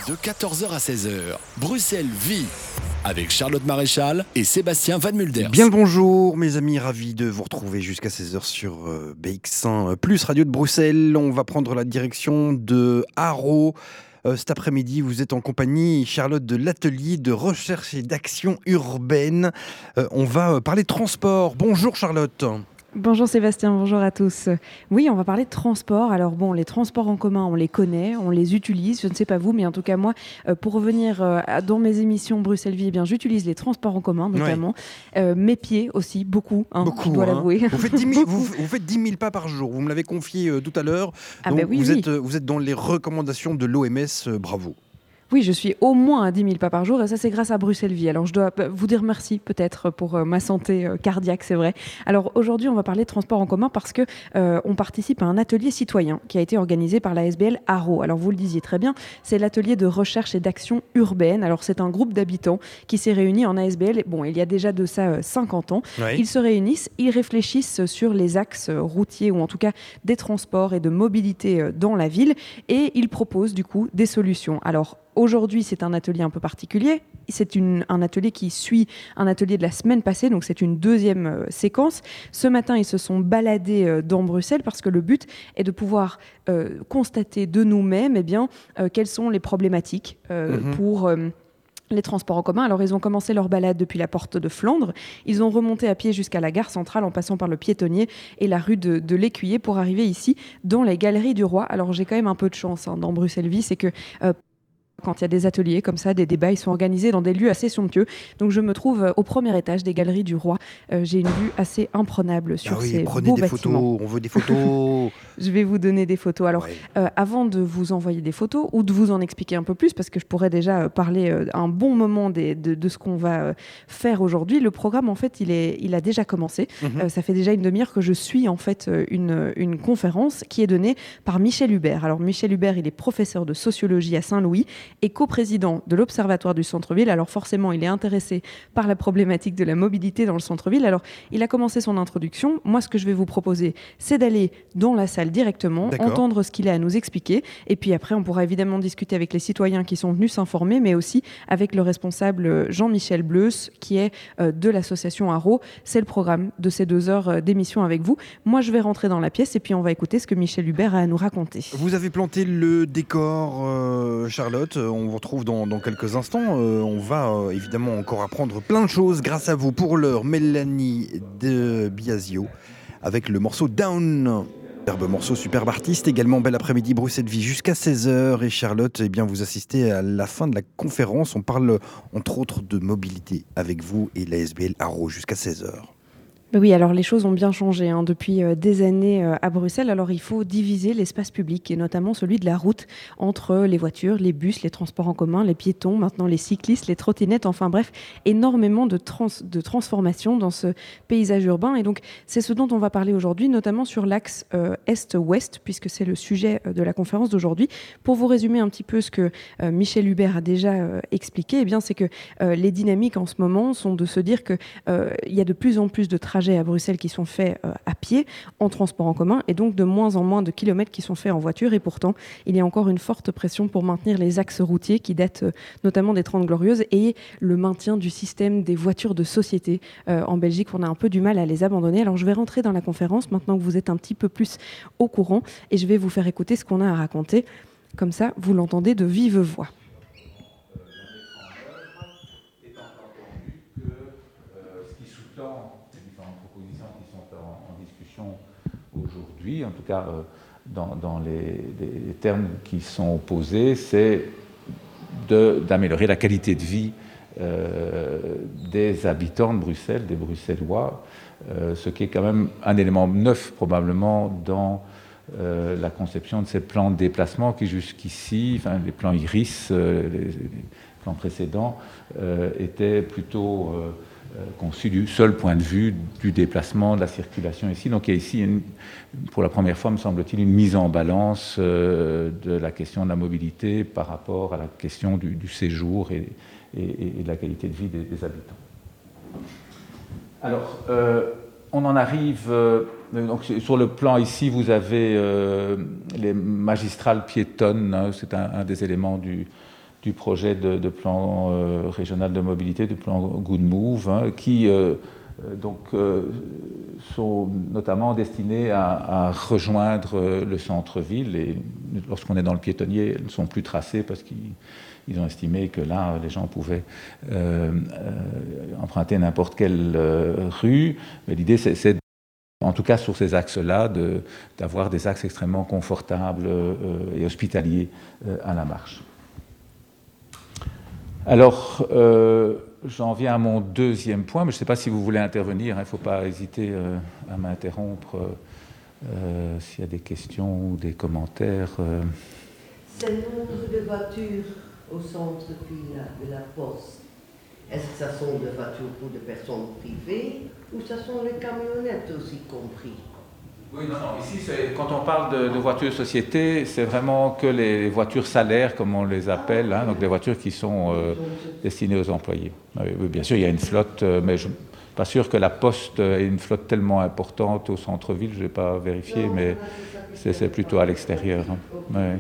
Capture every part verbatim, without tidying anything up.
De quatorze heures à seize heures, Bruxelles vit avec Charlotte Maréchal et Sébastien Van Mulders. Bien le bonjour mes amis, ravi de vous retrouver jusqu'à seize heures sur euh, B X un plus Radio de Bruxelles. On va prendre la direction de Haro. Euh, cet après-midi, vous êtes en compagnie, Charlotte, de l'atelier de recherche et d'action urbaine. Euh, on va parler de transport. Bonjour Charlotte. Bonjour Sébastien, bonjour à tous. Oui, on va parler de transport. Alors bon, les transports en commun, on les connaît, on les utilise. Je ne sais pas vous, mais en tout cas moi, euh, pour revenir euh, dans mes émissions Bruxelles Vie, eh bien, j'utilise les transports en commun notamment. Ouais. Euh, mes pieds aussi, beaucoup, hein, beaucoup je dois hein. l'avouer. Vous faites dix mille, vous, vous faites dix mille pas par jour, vous me l'avez confié euh, tout à l'heure. Ah Donc, bah oui, vous, oui. Êtes, euh, vous êtes dans les recommandations de l'O M S, euh, bravo. Oui, je suis au moins à dix mille pas par jour et ça, c'est grâce à Bruxelles Vie. Alors, je dois vous dire merci peut-être pour euh, ma santé euh, cardiaque, c'est vrai. Alors, aujourd'hui, on va parler de transport en commun parce que euh, on participe à un atelier citoyen qui a été organisé par la S B L Haro. Alors, vous le disiez très bien, c'est l'atelier de recherche et d'action urbaine. Alors, c'est un groupe d'habitants qui s'est réuni en A S B L. Bon, il y a déjà de ça euh, cinquante ans. Oui. Ils se réunissent, ils réfléchissent sur les axes routiers ou en tout cas des transports et de mobilité euh, dans la ville et ils proposent du coup des solutions. Alors, aujourd'hui, c'est un atelier un peu particulier. C'est une, un atelier qui suit un atelier de la semaine passée, donc c'est une deuxième euh, séquence. Ce matin, ils se sont baladés euh, dans Bruxelles parce que le but est de pouvoir euh, constater de nous-mêmes eh bien, euh, quelles sont les problématiques euh, mm-hmm. pour... Euh, les transports en commun. Alors, ils ont commencé leur balade depuis la porte de Flandre. Ils ont remonté à pied jusqu'à la gare centrale en passant par le piétonnier et la rue de, de l'Écuyer pour arriver ici dans les Galeries du Roi. Alors, j'ai quand même un peu de chance hein, dans Bruxelles Vie, c'est que... Euh, quand il y a des ateliers comme ça, des débats, ils sont organisés dans des lieux assez somptueux. Donc je me trouve au premier étage des Galeries du Roi. Euh, j'ai une vue assez imprenable sur ah oui, ces prenez beaux des bâtiments. Photos, on veut des photos. Je vais vous donner des photos. Alors, ouais. euh, avant de vous envoyer des photos ou de vous en expliquer un peu plus, parce que je pourrais déjà parler euh, un bon moment des, de, de ce qu'on va euh, faire aujourd'hui, le programme, en fait, il, est, il a déjà commencé. Mm-hmm. Euh, ça fait déjà une demi-heure que je suis, en fait, une, une conférence qui est donnée par Michel Hubert. Alors, Michel Hubert, il est professeur de sociologie à Saint-Louis et coprésident de l'Observatoire du centre-ville. Alors forcément, il est intéressé par la problématique de la mobilité dans le centre-ville. Alors, il a commencé son introduction. Moi, ce que je vais vous proposer, c'est d'aller dans la salle directement, D'accord. entendre ce qu'il a à nous expliquer. Et puis après, on pourra évidemment discuter avec les citoyens qui sont venus s'informer, mais aussi avec le responsable Jean-Michel Bleus, qui est euh, de l'association Haro. C'est le programme de ces deux heures d'émission avec vous. Moi, je vais rentrer dans la pièce et puis on va écouter ce que Michel Hubert a à nous raconter. Vous avez planté le décor, euh, Charlotte. On vous retrouve dans Dans quelques instants. Euh, on va euh, évidemment encore apprendre plein de choses grâce à vous. Pour l'heure, Mélanie de Biasio avec le morceau Down. Superbe morceau, superbe artiste. Également, bel après-midi, Bruxelles Vie jusqu'à seize heures. Et Charlotte, eh bien, vous assistez à la fin de la conférence. On parle entre autres de mobilité avec vous et la S B L Haro jusqu'à seize heures. Oui, alors les choses ont bien changé hein, depuis euh, des années euh, à Bruxelles. Alors il faut diviser l'espace public et notamment celui de la route entre les voitures, les bus, les transports en commun, les piétons, maintenant les cyclistes, les trottinettes, enfin bref, énormément de, trans- de transformations dans ce paysage urbain. Et donc c'est ce dont on va parler aujourd'hui, notamment sur l'axe euh, est-ouest, puisque c'est le sujet euh, de la conférence d'aujourd'hui. Pour vous résumer un petit peu ce que euh, Michel Hubert a déjà euh, expliqué, eh bien, c'est que euh, les dynamiques en ce moment sont de se dire qu'il euh, y a de plus en plus de trajets à Bruxelles qui sont faits euh, à pied, en transport en commun, et donc de moins en moins de kilomètres qui sont faits en voiture. Et pourtant, il y a encore une forte pression pour maintenir les axes routiers qui datent euh, notamment des Trente Glorieuses et le maintien du système des voitures de société. Euh, en Belgique, on a un peu du mal à les abandonner. Alors, je vais rentrer dans la conférence maintenant que vous êtes un petit peu plus au courant et je vais vous faire écouter ce qu'on a à raconter. Comme ça, vous l'entendez de vive voix. En tout cas euh, dans, dans les, les termes qui sont posés, c'est de, d'améliorer la qualité de vie euh, des habitants de Bruxelles, des Bruxellois, euh, ce qui est quand même un élément neuf probablement dans euh, la conception de ces plans de déplacement qui jusqu'ici, enfin les plans Iris, euh, les, les plans précédents, euh, étaient plutôt... Euh, conçu du seul point de vue du déplacement, de la circulation ici. Donc il y a ici, une, pour la première fois, me semble-t-il, une mise en balance euh, de la question de la mobilité par rapport à la question du, du séjour et, et, et de la qualité de vie des, des habitants. Alors, euh, on en arrive... Euh, donc, sur le plan ici, vous avez euh, les magistrales piétonnes, hein, c'est un, un des éléments du, du projet de, de plan euh, régional de mobilité, du plan Good Move, hein, qui euh, donc, euh, sont notamment destinés à, à rejoindre le centre-ville. Et lorsqu'on est dans le piétonnier, elles ne sont plus tracées parce qu'ils ils ont estimé que là, les gens pouvaient euh, euh, emprunter n'importe quelle euh, rue. Mais l'idée, c'est, c'est en tout cas sur ces axes-là, de, d'avoir des axes extrêmement confortables euh, et hospitaliers euh, à la marche. Alors, euh, j'en viens à mon deuxième point, mais je ne sais pas si vous voulez intervenir, il hein, ne faut pas hésiter euh, à m'interrompre euh, s'il y a des questions ou des commentaires. Euh. C'est le nombre de voitures au centre-ville de la Poste. Est-ce que ce sont des voitures pour des personnes privées ou ce sont les camionnettes aussi compris? Oui, non, non. Ici, c'est, quand on parle de, de voitures société, c'est vraiment que les voitures salaires, comme on les appelle, hein, donc des voitures qui sont euh, destinées aux employés. Oui, bien sûr, il y a une flotte, mais je ne suis pas sûr que la Poste ait une flotte tellement importante au centre-ville, je ne vais pas vérifier, non, mais c'est, c'est plutôt à l'extérieur. Hein. Ouais.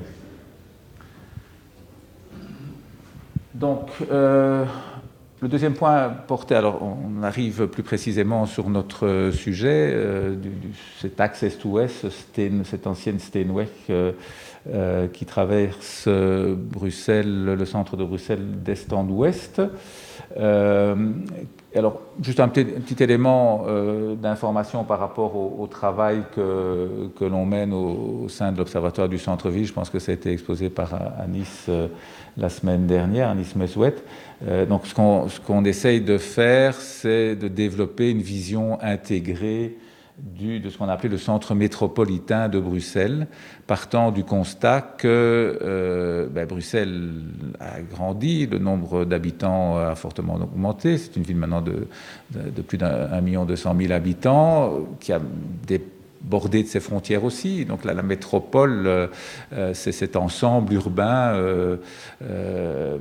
Donc, euh, le deuxième point porté, alors on arrive plus précisément sur notre sujet, euh, du, du, cet axe est-ouest, Steen, cette ancienne Steenweg euh, euh, qui traverse Bruxelles, le centre de Bruxelles d'est en ouest. Euh, alors, juste un petit, un petit élément euh, d'information par rapport au, au travail que, que l'on mène au, au sein de l'Observatoire du centre-ville. Je pense que ça a été exposé par Anis euh, la semaine dernière, Anis Mesouet. Euh, donc, ce qu'on, ce qu'on essaye de faire, c'est de développer une vision intégrée du, de ce qu'on appelait le centre métropolitain de Bruxelles, partant du constat que euh, ben, Bruxelles a grandi, le nombre d'habitants a fortement augmenté, c'est une ville maintenant de, de, de plus d'un million deux cent mille habitants, qui a des bordée de ses frontières aussi. Donc là, la métropole, euh, c'est cet ensemble urbain euh, euh,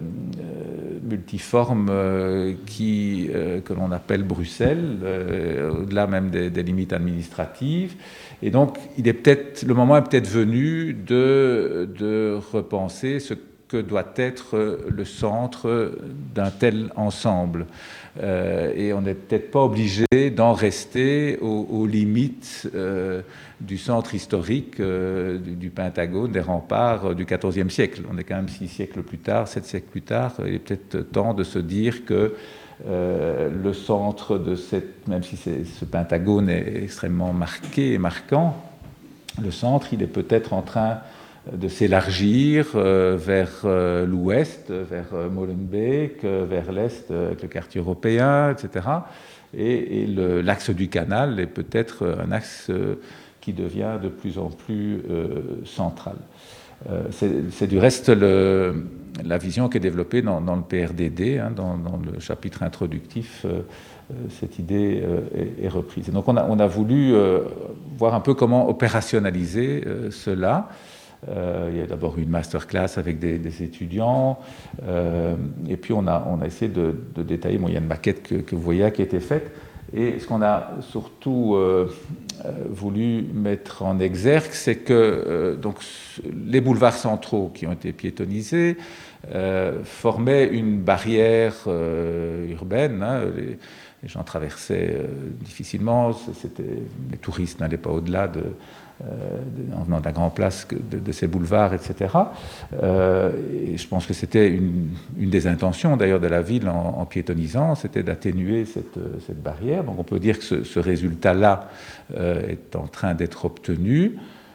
multiforme euh, qui, euh, que l'on appelle Bruxelles, euh, au-delà même des, des limites administratives. Et donc, il est peut-être, le moment est peut-être venu de, de repenser ce que doit être le centre d'un tel ensemble. Euh, et on n'est peut-être pas obligé d'en rester aux, aux limites euh, du centre historique euh, du, du Pentagone, des remparts euh, du quatorzième siècle. On est quand même six siècles plus tard, sept siècles plus tard. Il est peut-être temps de se dire que euh, le centre de cette, même si c'est, ce Pentagone est extrêmement marqué et marquant, le centre, il est peut-être en train de s'élargir euh, vers euh, l'ouest, vers euh, Molenbeek, euh, vers l'est euh, avec le quartier européen, et cetera. Et, et le, l'axe du canal est peut-être un axe euh, qui devient de plus en plus euh, central. Euh, c'est, c'est du reste le, la vision qui est développée dans, dans le P R D D, hein, dans, dans le chapitre introductif. Euh, cette idée euh, est, est reprise. Et donc on a, on a voulu euh, voir un peu comment opérationnaliser euh, cela. Euh, il y a d'abord eu une masterclass avec des, des étudiants, euh, et puis on a, on a essayé de, de détailler. Bon, il y a une maquette que, que vous voyez qui a été faite, et ce qu'on a surtout euh, voulu mettre en exergue, c'est que euh, donc, les boulevards centraux qui ont été piétonnisés euh, formaient une barrière euh, urbaine. Hein, les, les gens traversaient euh, difficilement, c'était, les touristes n'allaient pas au-delà de Euh, en venant de la Grand Place de, de ces boulevards, et cetera. Euh, et je pense que c'était une, une des intentions d'ailleurs de la ville en, en piétonnisant, c'était d'atténuer cette, cette barrière. Donc on peut dire que ce, ce résultat-là euh, est en train d'être obtenu.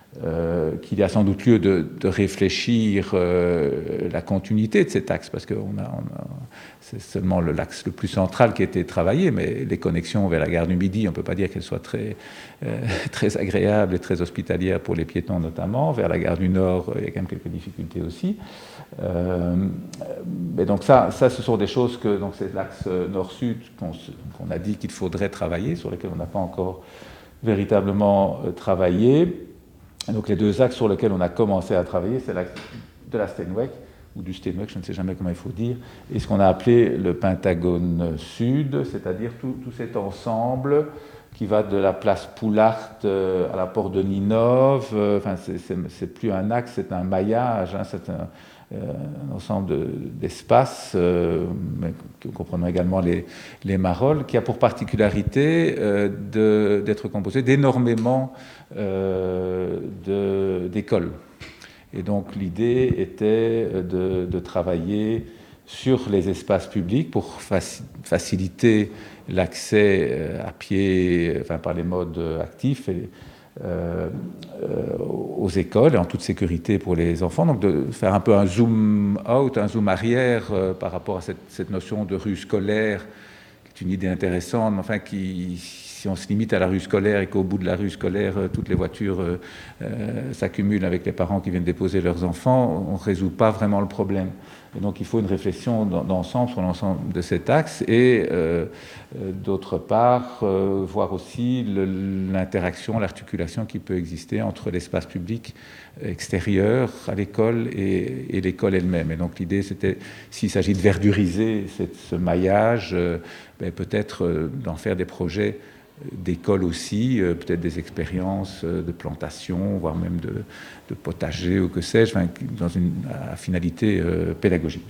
Euh, qu'il y a sans doute lieu de, de réfléchir euh, la continuité de cet axe, parce que on a, on a, c'est seulement le, l'axe le plus central qui a été travaillé, mais les connexions vers la gare du Midi, on ne peut pas dire qu'elles soient très, euh, très agréables et très hospitalières pour les piétons notamment. Vers la gare du Nord, il y a quand même quelques difficultés aussi. Euh, mais donc ça, ça, ce sont des choses que, donc c'est l'axe nord-sud qu'on, qu'on a dit qu'il faudrait travailler, sur lesquels on n'a pas encore véritablement euh, travaillé. Donc les deux axes sur lesquels on a commencé à travailler, c'est l'axe de la Steenweg, ou du Steenweg, je ne sais jamais comment il faut dire, et ce qu'on a appelé le Pentagone Sud, c'est-à-dire tout, tout cet ensemble qui va de la place Poulart à la porte de Ninove. Enfin, c'est, c'est, c'est plus un axe, c'est un maillage, hein, c'est un, un ensemble de, d'espaces, euh, mais comprenons également les, les marolles, qui a pour particularité euh, de, d'être composé d'énormément euh, de, d'écoles. Et donc l'idée était de, de travailler sur les espaces publics pour faci- faciliter l'accès à pied, enfin par les modes actifs, et, Euh, euh, aux écoles et en toute sécurité pour les enfants, donc de faire un peu un zoom out, un zoom arrière euh, par rapport à cette, cette notion de rue scolaire, qui est une idée intéressante, mais enfin qui, si on se limite à la rue scolaire et qu'au bout de la rue scolaire, euh, toutes les voitures euh, euh, s'accumulent avec les parents qui viennent déposer leurs enfants, on ne résout pas vraiment le problème. Et donc il faut une réflexion d'ensemble sur l'ensemble de cet axe et euh, euh, d'autre part euh, voir aussi le, l'interaction, l'articulation qui peut exister entre l'espace public extérieur à l'école et, et l'école elle-même. Et donc l'idée c'était, s'il s'agit de verduriser cette, ce maillage, euh, ben, peut-être euh, d'en faire des projets d'école aussi, euh, peut-être des expériences euh, de plantation, voire même de, de potager ou que sais-je, enfin, dans une à finalité euh, pédagogique.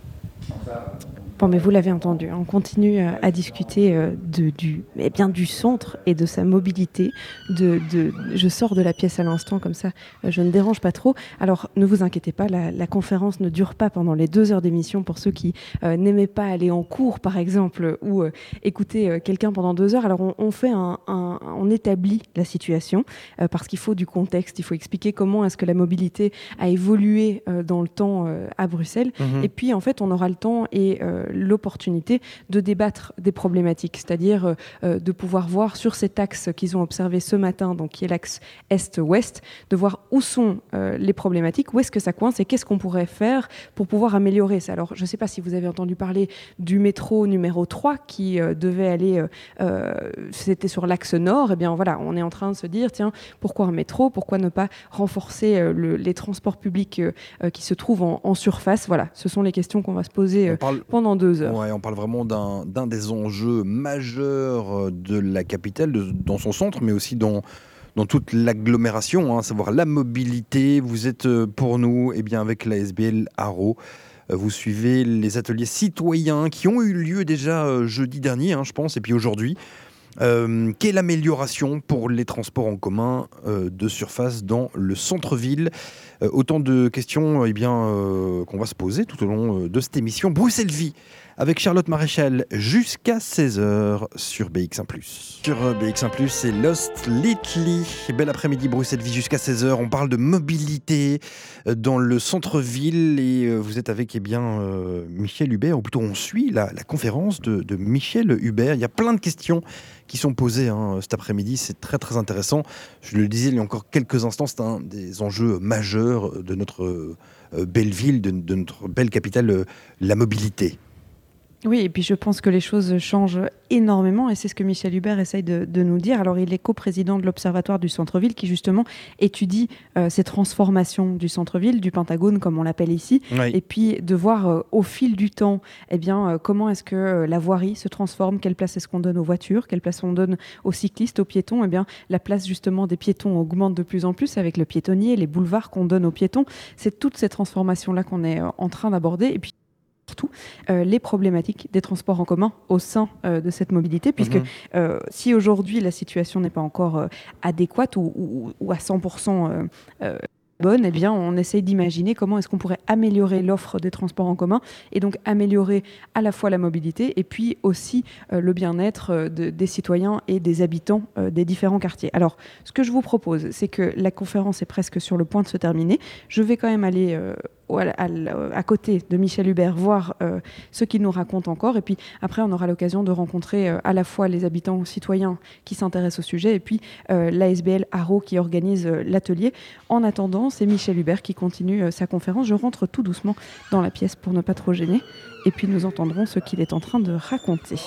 Bon, mais vous l'avez entendu, on continue à discuter de, du, eh bien, du centre et de sa mobilité. De, de, je sors de la pièce à l'instant, comme ça, je ne dérange pas trop. Alors, ne vous inquiétez pas, la, la conférence ne dure pas pendant les deux heures d'émission pour ceux qui euh, n'aimaient pas aller en cours, par exemple, ou euh, écouter euh, quelqu'un pendant deux heures. Alors, on, on fait un, un, on établit la situation euh, parce qu'il faut du contexte, il faut expliquer comment est-ce que la mobilité a évolué euh, dans le temps euh, à Bruxelles. Mmh. Et puis, en fait, on aura le temps et euh, l'opportunité de débattre des problématiques, c'est-à-dire euh, de pouvoir voir sur cet axe qu'ils ont observé ce matin, donc qui est l'axe Est-Ouest, de voir où sont euh, les problématiques, où est-ce que ça coince et qu'est-ce qu'on pourrait faire pour pouvoir améliorer ça. Alors, je ne sais pas si vous avez entendu parler du métro numéro trois qui euh, devait aller, euh, euh, c'était sur l'axe Nord, et bien voilà, on est en train de se dire, tiens, pourquoi un métro, pourquoi ne pas renforcer euh, le, les transports publics euh, euh, qui se trouvent en, en surface. Voilà, ce sont les questions qu'on va se poser euh, parle... pendant deux heures. Ouais, on parle vraiment d'un, d'un des enjeux majeurs de la capitale, de, dans son centre, mais aussi dans, dans toute l'agglomération, hein, savoir la mobilité. Vous êtes pour nous, eh bien, avec l'A S B L Haro. Vous suivez les ateliers citoyens qui ont eu lieu déjà jeudi dernier, hein, je pense, et puis aujourd'hui. Euh, quelle amélioration pour les transports en commun euh, de surface dans le centre-ville? euh, Autant de questions eh bien, euh, qu'on va se poser tout au long de cette émission. Bruxelles Vie avec Charlotte Maréchal jusqu'à seize heures sur B X un plus. Sur B X un plus, c'est Lost Lately. Bel après-midi, Bruxelles Vie jusqu'à seize heures. On parle de mobilité dans le centre-ville et vous êtes avec eh bien, euh, Michel Hubert, ou plutôt on suit la, la conférence de, de Michel Hubert. Il y a plein de questions qui sont posées hein, cet après-midi. C'est très très intéressant. Je le disais il y a encore quelques instants, c'est un des enjeux majeurs de notre euh, belle ville, de, de notre belle capitale, euh, la mobilité. Oui, et puis je pense que les choses changent énormément et c'est ce que Michel Hubert essaye de, de nous dire. Alors il est coprésident de l'Observatoire du centre-ville qui justement étudie euh, ces transformations du centre-ville, du Pentagone comme on l'appelle ici, oui. Et puis de voir euh, au fil du temps eh bien, euh, comment est-ce que euh, la voirie se transforme, quelle place est-ce qu'on donne aux voitures, quelle place on donne aux cyclistes, aux piétons. Eh bien, la place justement des piétons augmente de plus en plus avec le piétonnier, les boulevards qu'on donne aux piétons. C'est toutes ces transformations-là qu'on est euh, en train d'aborder et puis surtout euh, les problématiques des transports en commun au sein euh, de cette mobilité, puisque mmh. euh, si aujourd'hui la situation n'est pas encore euh, adéquate ou, ou, ou à cent pour cent euh, euh, bonne, eh bien on essaye d'imaginer comment est-ce qu'on pourrait améliorer l'offre des transports en commun et donc améliorer à la fois la mobilité et puis aussi euh, le bien-être euh, de, des citoyens et des habitants euh, des différents quartiers. Alors, ce que je vous propose, c'est que la conférence est presque sur le point de se terminer. Je vais quand même aller euh, À, à, à côté de Michel Hubert, voir euh, ce qu'il nous raconte encore. Et puis après, on aura l'occasion de rencontrer euh, à la fois les habitants citoyens qui s'intéressent au sujet et puis euh, l'A S B L Haro qui organise euh, l'atelier. En attendant, c'est Michel Hubert qui continue euh, sa conférence. Je rentre tout doucement dans la pièce pour ne pas trop gêner. Et puis nous entendrons ce qu'il est en train de raconter.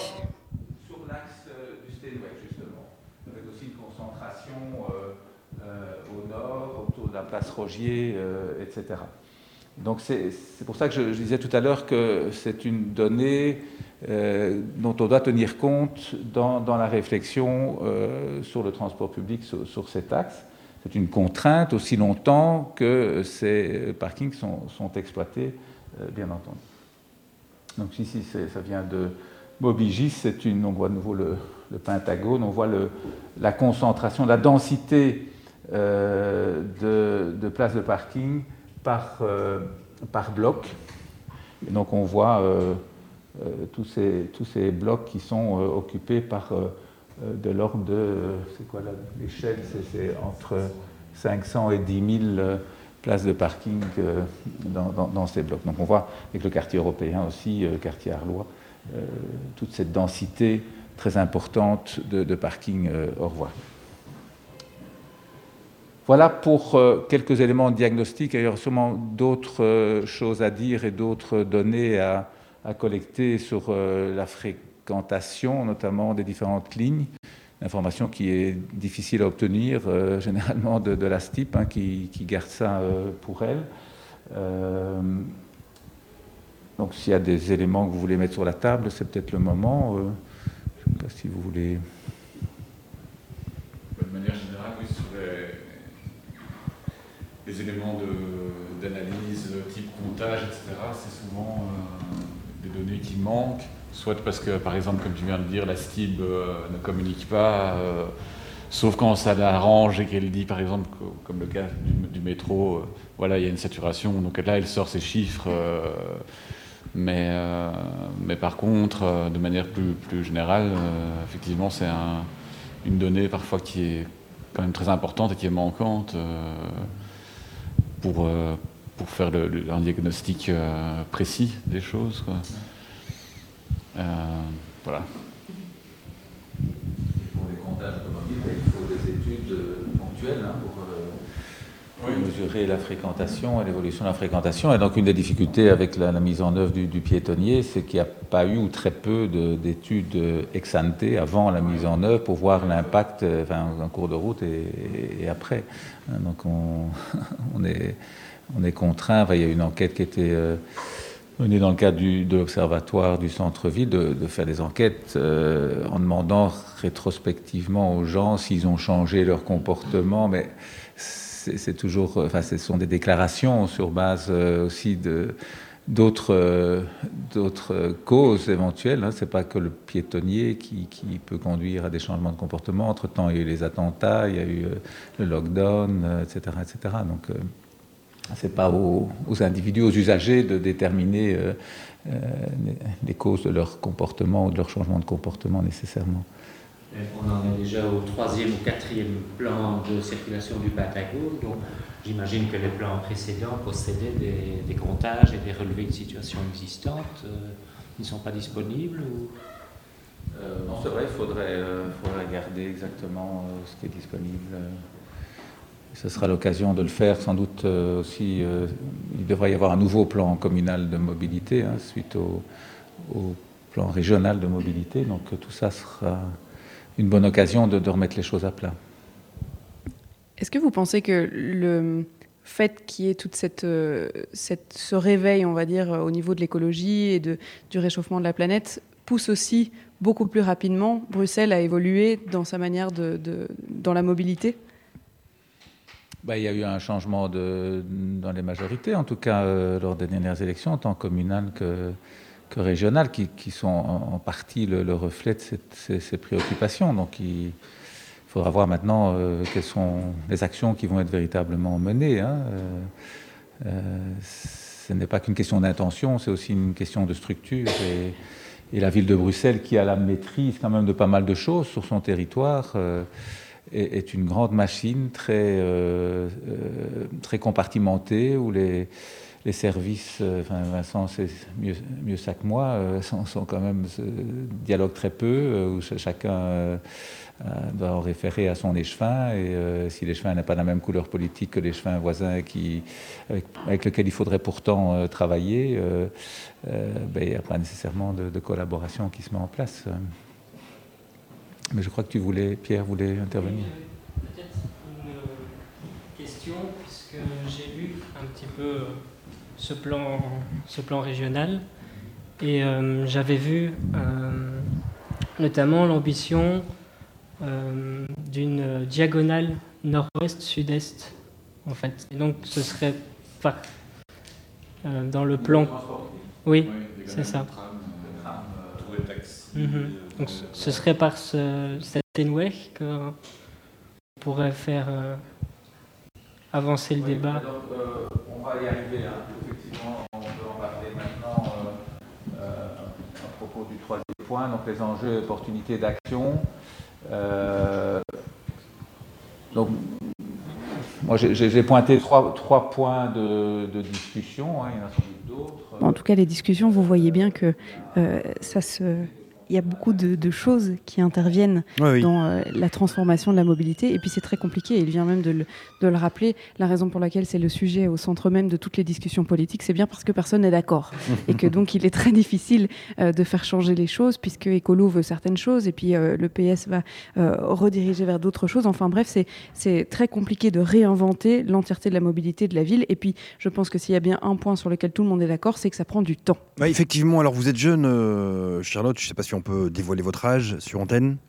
Sur l'axe euh, du Steenweg, justement, avec aussi une concentration euh, euh, au nord, autour de la place Rogier, euh, et cetera. Donc c'est, c'est pour ça que je, je disais tout à l'heure que c'est une donnée euh, dont on doit tenir compte dans, dans la réflexion euh, sur le transport public, sur, sur cet axe. c'est une contrainte aussi longtemps que ces parkings sont, sont exploités, euh, bien entendu. Donc ici, ça vient de Mobigis, c'est une, on voit de nouveau le, le pentagone, on voit le, la concentration, la densité euh, de, de places de parking par, euh, par bloc. Et donc on voit euh, euh, tous, ces, tous ces blocs qui sont euh, occupés par euh, de l'ordre de, euh, c'est quoi l'échelle, c'est entre cinq cents et dix mille euh, places de parking euh, dans, dans, dans ces blocs. Donc on voit avec le quartier européen aussi, euh, le quartier Arlois, euh, toute cette densité très importante de, de parking euh, hors voie. Voilà pour euh, quelques éléments de diagnostic. Il y aura sûrement d'autres euh, choses à dire et d'autres données à, à collecter sur euh, la fréquentation, notamment des différentes lignes. Information qui est difficile à obtenir, euh, généralement de, de la S T I P, hein, qui, qui garde ça euh, pour elle. Euh, donc s'il y a des éléments que vous voulez mettre sur la table, c'est peut-être le moment. Euh, je ne sais pas si vous voulez... De manière générale, oui, sur les, les éléments d'analyse type comptage, et cetera, c'est souvent euh, des données qui manquent. Soit parce que, par exemple, comme tu viens de dire, la S T I B euh, ne communique pas, euh, sauf quand ça l'arrange et qu'elle dit, par exemple, que, comme le cas du, du métro, euh, voilà, il y a une saturation, donc là, elle sort ses chiffres, euh, mais, euh, mais par contre, euh, de manière plus, plus générale, euh, effectivement, c'est un, une donnée parfois qui est quand même très importante et qui est manquante euh, pour, euh, pour faire le, le, un diagnostic euh, précis des choses, quoi. Euh, voilà. Pour les comptages automobiles, il faut des études ponctuelles hein, pour, euh, pour oui. mesurer la fréquentation et l'évolution de la fréquentation. Et donc une des difficultés avec la, la mise en œuvre du, du piétonnier, c'est qu'il n'y a pas eu ou très peu d'études ex ante avant la mise en œuvre pour voir l'impact enfin, en cours de route et, et après. Donc on, on, est, on est contraint. Enfin, il y a une enquête qui était... Euh, On est dans le cadre du, de l'Observatoire du centre-ville de, de faire des enquêtes euh, en demandant rétrospectivement aux gens s'ils ont changé leur comportement, mais c'est toujours, enfin, ce sont des déclarations sur base euh, aussi de d'autres euh, d'autres causes éventuelles. Hein. C'est pas que le piétonnier qui, qui peut conduire à des changements de comportement. Entre-temps, il y a eu les attentats, il y a eu euh, le lockdown, euh, et cetera, et cetera. Donc euh, ce n'est pas aux, aux individus, aux usagers de déterminer euh, euh, les causes de leur comportement ou de leur changement de comportement nécessairement. On en est déjà au troisième ou quatrième plan de circulation du Pentagone, donc j'imagine que les plans précédents possédaient des, des comptages et des relevés de situations existantes. Euh, ils ne sont pas disponibles ou... euh, Non, c'est vrai, il faudrait, euh, faudrait regarder exactement euh, ce qui est disponible. Ce sera l'occasion de le faire sans doute euh, aussi. Euh, il devrait y avoir un nouveau plan communal de mobilité hein, suite au, au plan régional de mobilité. Donc tout ça sera une bonne occasion de, de remettre les choses à plat. Est-ce que vous pensez que le fait qu'il y ait toute cette, cette, ce réveil, on va dire, au niveau de l'écologie et de, du réchauffement de la planète pousse aussi beaucoup plus rapidement Bruxelles à évoluer dans sa manière de, de dans la mobilité ? Ben, il y a eu un changement de, dans les majorités, en tout cas euh, lors des dernières élections, tant communales que, que régionales, qui, qui sont en, en partie le, le reflet de cette, ces, ces préoccupations. Donc il faudra voir maintenant euh, quelles sont les actions qui vont être véritablement menées. Hein. Euh, euh, ce n'est pas qu'une question d'intention, c'est aussi une question de structure. Et, et la ville de Bruxelles, qui a la maîtrise quand même de pas mal de choses sur son territoire, euh, est une grande machine très, euh, euh, très compartimentée où les, les services, euh, enfin Vincent c'est mieux, mieux ça que moi, euh, sont, sont quand même euh, dialoguent très peu, euh, où chacun euh, doit en référer à son échevin et euh, si l'échevin n'a pas la même couleur politique que l'échevin voisin qui, avec, avec lequel il faudrait pourtant euh, travailler, euh, euh, ben, il n'y a pas nécessairement de, de collaboration qui se met en place. Mais je crois que tu voulais, Pierre voulait intervenir. Oui, peut-être une question, puisque j'ai lu un petit peu ce plan, ce plan régional, et euh, j'avais vu euh, notamment l'ambition euh, d'une diagonale nord-ouest, sud-est, en fait. Et donc, ce serait pas euh, dans le plan. Oui, c'est ça. Mm-hmm. Donc, ce serait par ce, cette N-Way qu'on pourrait faire euh, avancer le oui, débat. Donc, euh, on va y arriver. Hein. Effectivement, on peut en parler maintenant euh, euh, à propos du troisième point, donc les enjeux et opportunités d'action. Euh, donc, moi, j'ai, j'ai pointé trois, trois points de, de discussion. Hein. Il y en a sans doute d'autres. En tout cas, les discussions, vous voyez bien que euh, ça se... il y a beaucoup de, de choses qui interviennent oui, oui. dans euh, la transformation de la mobilité. Et puis, c'est très compliqué. Il vient même de le, de le rappeler. La raison pour laquelle c'est le sujet au centre même de toutes les discussions politiques, c'est bien parce que personne n'est d'accord. Et que donc, il est très difficile euh, de faire changer les choses, puisque Écolo veut certaines choses, et puis euh, le P S va euh, rediriger vers d'autres choses. Enfin bref, c'est, c'est très compliqué de réinventer l'entièreté de la mobilité de la ville. Et puis, je pense que s'il y a bien un point sur lequel tout le monde est d'accord, c'est que ça prend du temps. Ouais, effectivement, alors vous êtes jeune, euh, Charlotte, je ne sais pas si on peut dévoiler votre âge sur antenne.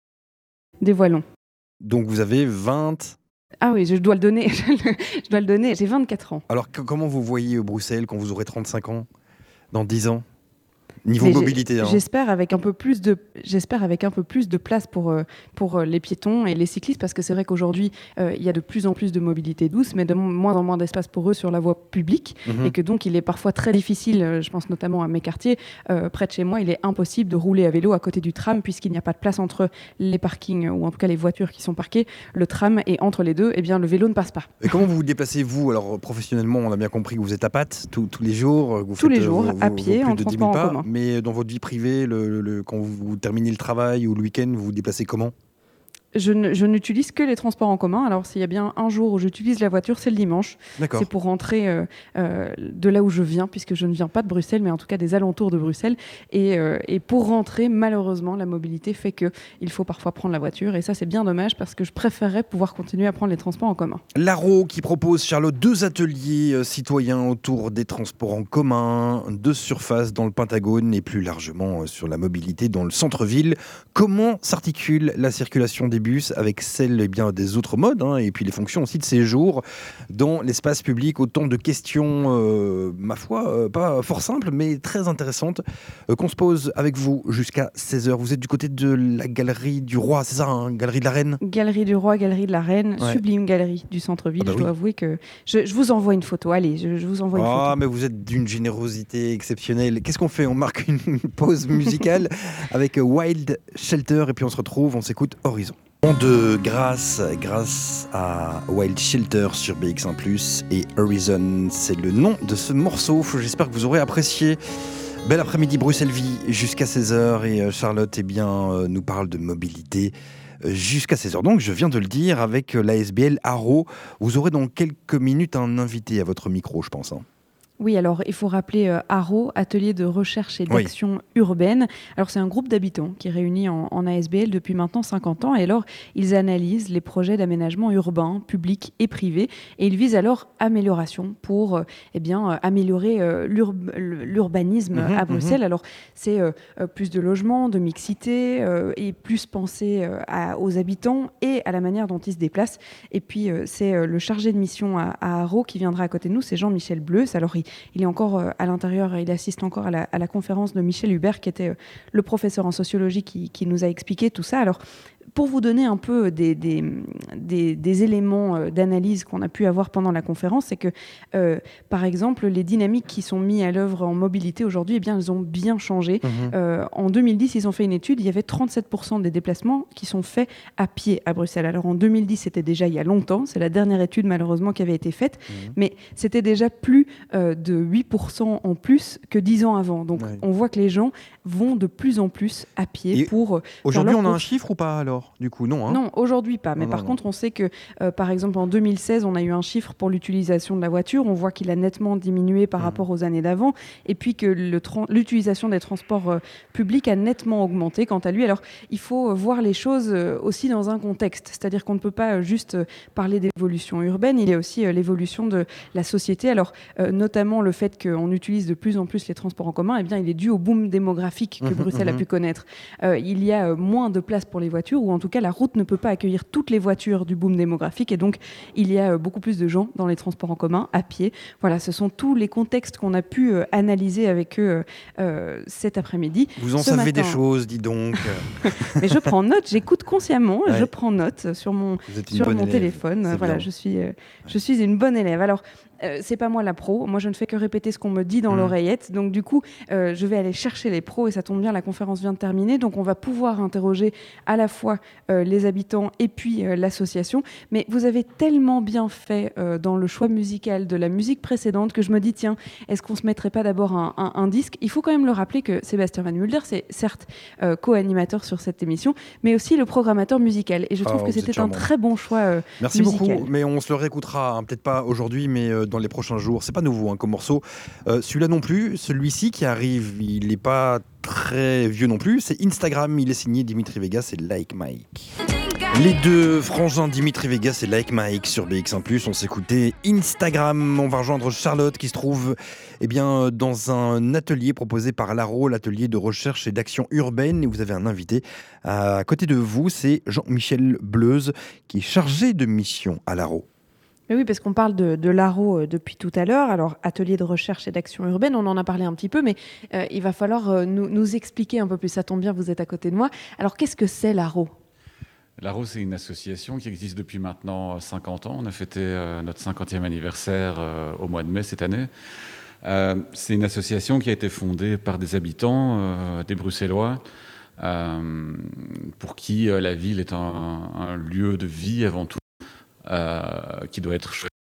Dévoilons. Donc vous avez vingt... Ah oui, je dois le donner, je dois le donner, j'ai vingt-quatre ans. Alors que, comment vous voyez Bruxelles quand vous aurez trente-cinq ans, dans dix ans? Niveau Mais mobilité. Hein. J'espère avec un peu plus de, j'espère avec un peu plus de place pour, euh, pour les piétons et les cyclistes, parce que c'est vrai qu'aujourd'hui, euh, il y a de plus en plus de mobilité douce, mais de moins en moins d'espace pour eux sur la voie publique, mmh. et que donc il est parfois très difficile, je pense notamment à mes quartiers, euh, près de chez moi, il est impossible de rouler à vélo à côté du tram, puisqu'il n'y a pas de place entre les parkings, ou en tout cas les voitures qui sont parquées, le tram, et entre les deux, eh bien, le vélo ne passe pas. Et comment vous vous déplacez, vous? Alors professionnellement, on a bien compris que vous êtes à pattes tous les jours. Vous tous faites, les jours, vos, à pied, vos en transport en commun. Mais dans votre vie privée, le, le, quand vous terminez le travail ou le week-end, vous vous déplacez comment? Je, ne, je n'utilise que les transports en commun. Alors, s'il y a bien un jour où j'utilise la voiture, c'est le dimanche. D'accord. C'est pour rentrer euh, euh, de là où je viens, puisque je ne viens pas de Bruxelles, mais en tout cas des alentours de Bruxelles. Et, euh, et pour rentrer, malheureusement, la mobilité fait qu'il faut parfois prendre la voiture. Et ça, c'est bien dommage, parce que je préférerais pouvoir continuer à prendre les transports en commun. L'A R O qui propose, Charlotte, deux ateliers euh, citoyens autour des transports en commun, deux surfaces dans le Pentagone et plus largement euh, sur la mobilité dans le centre-ville. Comment s'articule la circulation des bus avec celle eh bien, des autres modes hein, et puis les fonctions aussi de séjour dans l'espace public? Autant de questions, euh, ma foi, euh, pas fort simples, mais très intéressantes euh, qu'on se pose avec vous jusqu'à seize heures. Vous êtes du côté de la Galerie du Roi, c'est ça, hein, Galerie de la Reine? Galerie du Roi, Galerie de la Reine, ouais. Sublime galerie du centre-ville. Ah bah je oui. dois avouer que je, je vous envoie une photo. Allez, je, je vous envoie une oh, photo. Ah, mais vous êtes d'une générosité exceptionnelle. Qu'est-ce qu'on fait? On marque une pause musicale avec Wild Shelter et puis on se retrouve, on s'écoute Horizon. De grâce, grâce à Wild Shelter sur B X un plus et Horizon, c'est le nom de ce morceau. J'espère que vous aurez apprécié. Bel après-midi Bruxelles-Vie jusqu'à seize heures et Charlotte eh bien, euh, nous parle de mobilité jusqu'à seize heures. Donc je viens de le dire avec l'A S B L A R O. Vous aurez dans quelques minutes un invité à votre micro, je pense. Hein. Oui, alors il faut rappeler euh, A R O, Atelier de recherche et d'action oui. urbaine. Alors c'est un groupe d'habitants qui est réuni en, en A S B L depuis maintenant cinquante ans. Et alors ils analysent les projets d'aménagement urbain, public et privé. Et ils visent alors amélioration pour euh, eh bien, euh, améliorer euh, l'urb- l'urbanisme mmh, à Bruxelles. Mmh. Alors c'est euh, plus de logements, de mixité euh, et plus penser euh, à, aux habitants et à la manière dont ils se déplacent. Et puis euh, c'est euh, le chargé de mission à, à A R O qui viendra à côté de nous, c'est Jean-Michel Bleus. Alors il Il est encore euh, à l'intérieur, il assiste encore à la, à la conférence de Michel Hubert, qui était euh, le professeur en sociologie qui, qui nous a expliqué tout ça. Alors, pour vous donner un peu des, des, des, des éléments d'analyse qu'on a pu avoir pendant la conférence, c'est que, euh, par exemple, les dynamiques qui sont mises à l'œuvre en mobilité aujourd'hui, eh bien, elles ont bien changé. Mmh. Euh, en deux mille dix, ils ont fait une étude, il y avait trente-sept pour cent des déplacements qui sont faits à pied à Bruxelles. Alors en deux mille dix, c'était déjà il y a longtemps, c'est la dernière étude malheureusement qui avait été faite, mmh. mais c'était déjà plus euh, de huit pour cent en plus que dix ans avant. Donc ouais. on voit que les gens vont de plus en plus à pied. Et pour... Aujourd'hui, on a un chiffre ou pas alors? Du coup, non. Hein. Non, aujourd'hui pas. Mais non, par non, contre, non. on sait que, euh, par exemple, en deux mille seize, on a eu un chiffre pour l'utilisation de la voiture. On voit qu'il a nettement diminué par mmh. rapport aux années d'avant. Et puis que le tra- l'utilisation des transports euh, publics a nettement augmenté quant à lui. Alors, il faut voir les choses euh, aussi dans un contexte. C'est-à-dire qu'on ne peut pas euh, juste euh, parler d'évolution urbaine. Il y a aussi euh, l'évolution de la société. Alors, euh, notamment le fait qu'on utilise de plus en plus les transports en commun, eh bien, il est dû au boom démographique que mmh, Bruxelles mmh. a pu connaître. Euh, il y a euh, moins de place pour les voitures, ou en tout cas la route ne peut pas accueillir toutes les voitures du boom démographique, et donc il y a euh, beaucoup plus de gens dans les transports en commun, à pied. Voilà, ce sont tous les contextes qu'on a pu euh, analyser avec eux euh, cet après-midi. Vous en Ce savez matin. des choses, dis donc. Mais je prends note, j'écoute consciemment, Ouais. je prends note sur mon, Vous êtes une sur bonne mon élève. téléphone. C'est Voilà, bien. je suis, euh, je suis une bonne élève. Alors, euh, c'est pas moi la pro, moi je ne fais que répéter ce qu'on me dit dans Mmh. l'oreillette. Donc du coup, euh, je vais aller chercher les pros, et ça tombe bien, la conférence vient de terminer. Donc on va pouvoir interroger à la fois euh, les habitants et puis euh, l'association. Mais vous avez tellement bien fait euh, dans le choix musical de la musique précédente que je me dis, tiens, est-ce qu'on se mettrait pas d'abord un, un- un disque? Il faut quand même le rappeler que Sébastien Van Mulder, c'est certes euh, co-animateur sur cette émission, mais aussi le programmateur musical. Et je trouve Oh, que vous êtes c'était un charmant. très bon choix euh, Merci musical. beaucoup, mais on se le réécoutera, hein, peut-être pas aujourd'hui, mais euh, dans les prochains jours. C'est pas nouveau hein, comme morceau. Euh, celui-là non plus, celui-ci qui arrive, il n'est pas très vieux non plus. C'est Instagram, il est signé Dimitri Vegas et Like Mike. Les deux frangins Dimitri Vegas et Like Mike sur B X un plus, on s'écoutait Instagram. On va rejoindre Charlotte qui se trouve eh bien, dans un atelier proposé par l'A R O, l'atelier de recherche et d'action urbaine. Et vous avez un invité à côté de vous, c'est Jean-Michel Bleuze qui est chargé de mission à l'A R O. Mais oui, parce qu'on parle de, de l'A R O euh, depuis tout à l'heure. Alors, atelier de recherche et d'action urbaine, on en a parlé un petit peu, mais euh, il va falloir euh, nous, nous expliquer un peu plus. Ça tombe bien, vous êtes à côté de moi. Alors, qu'est-ce que c'est l'A R O ? L'A R O, c'est une association qui existe depuis maintenant cinquante ans. On a fêté euh, notre cinquantième anniversaire euh, au mois de mai cette année. Euh, c'est une association qui a été fondée par des habitants, euh, des Bruxellois, euh, pour qui euh, la ville est un, un lieu de vie avant tout, euh, qui doit être chouette.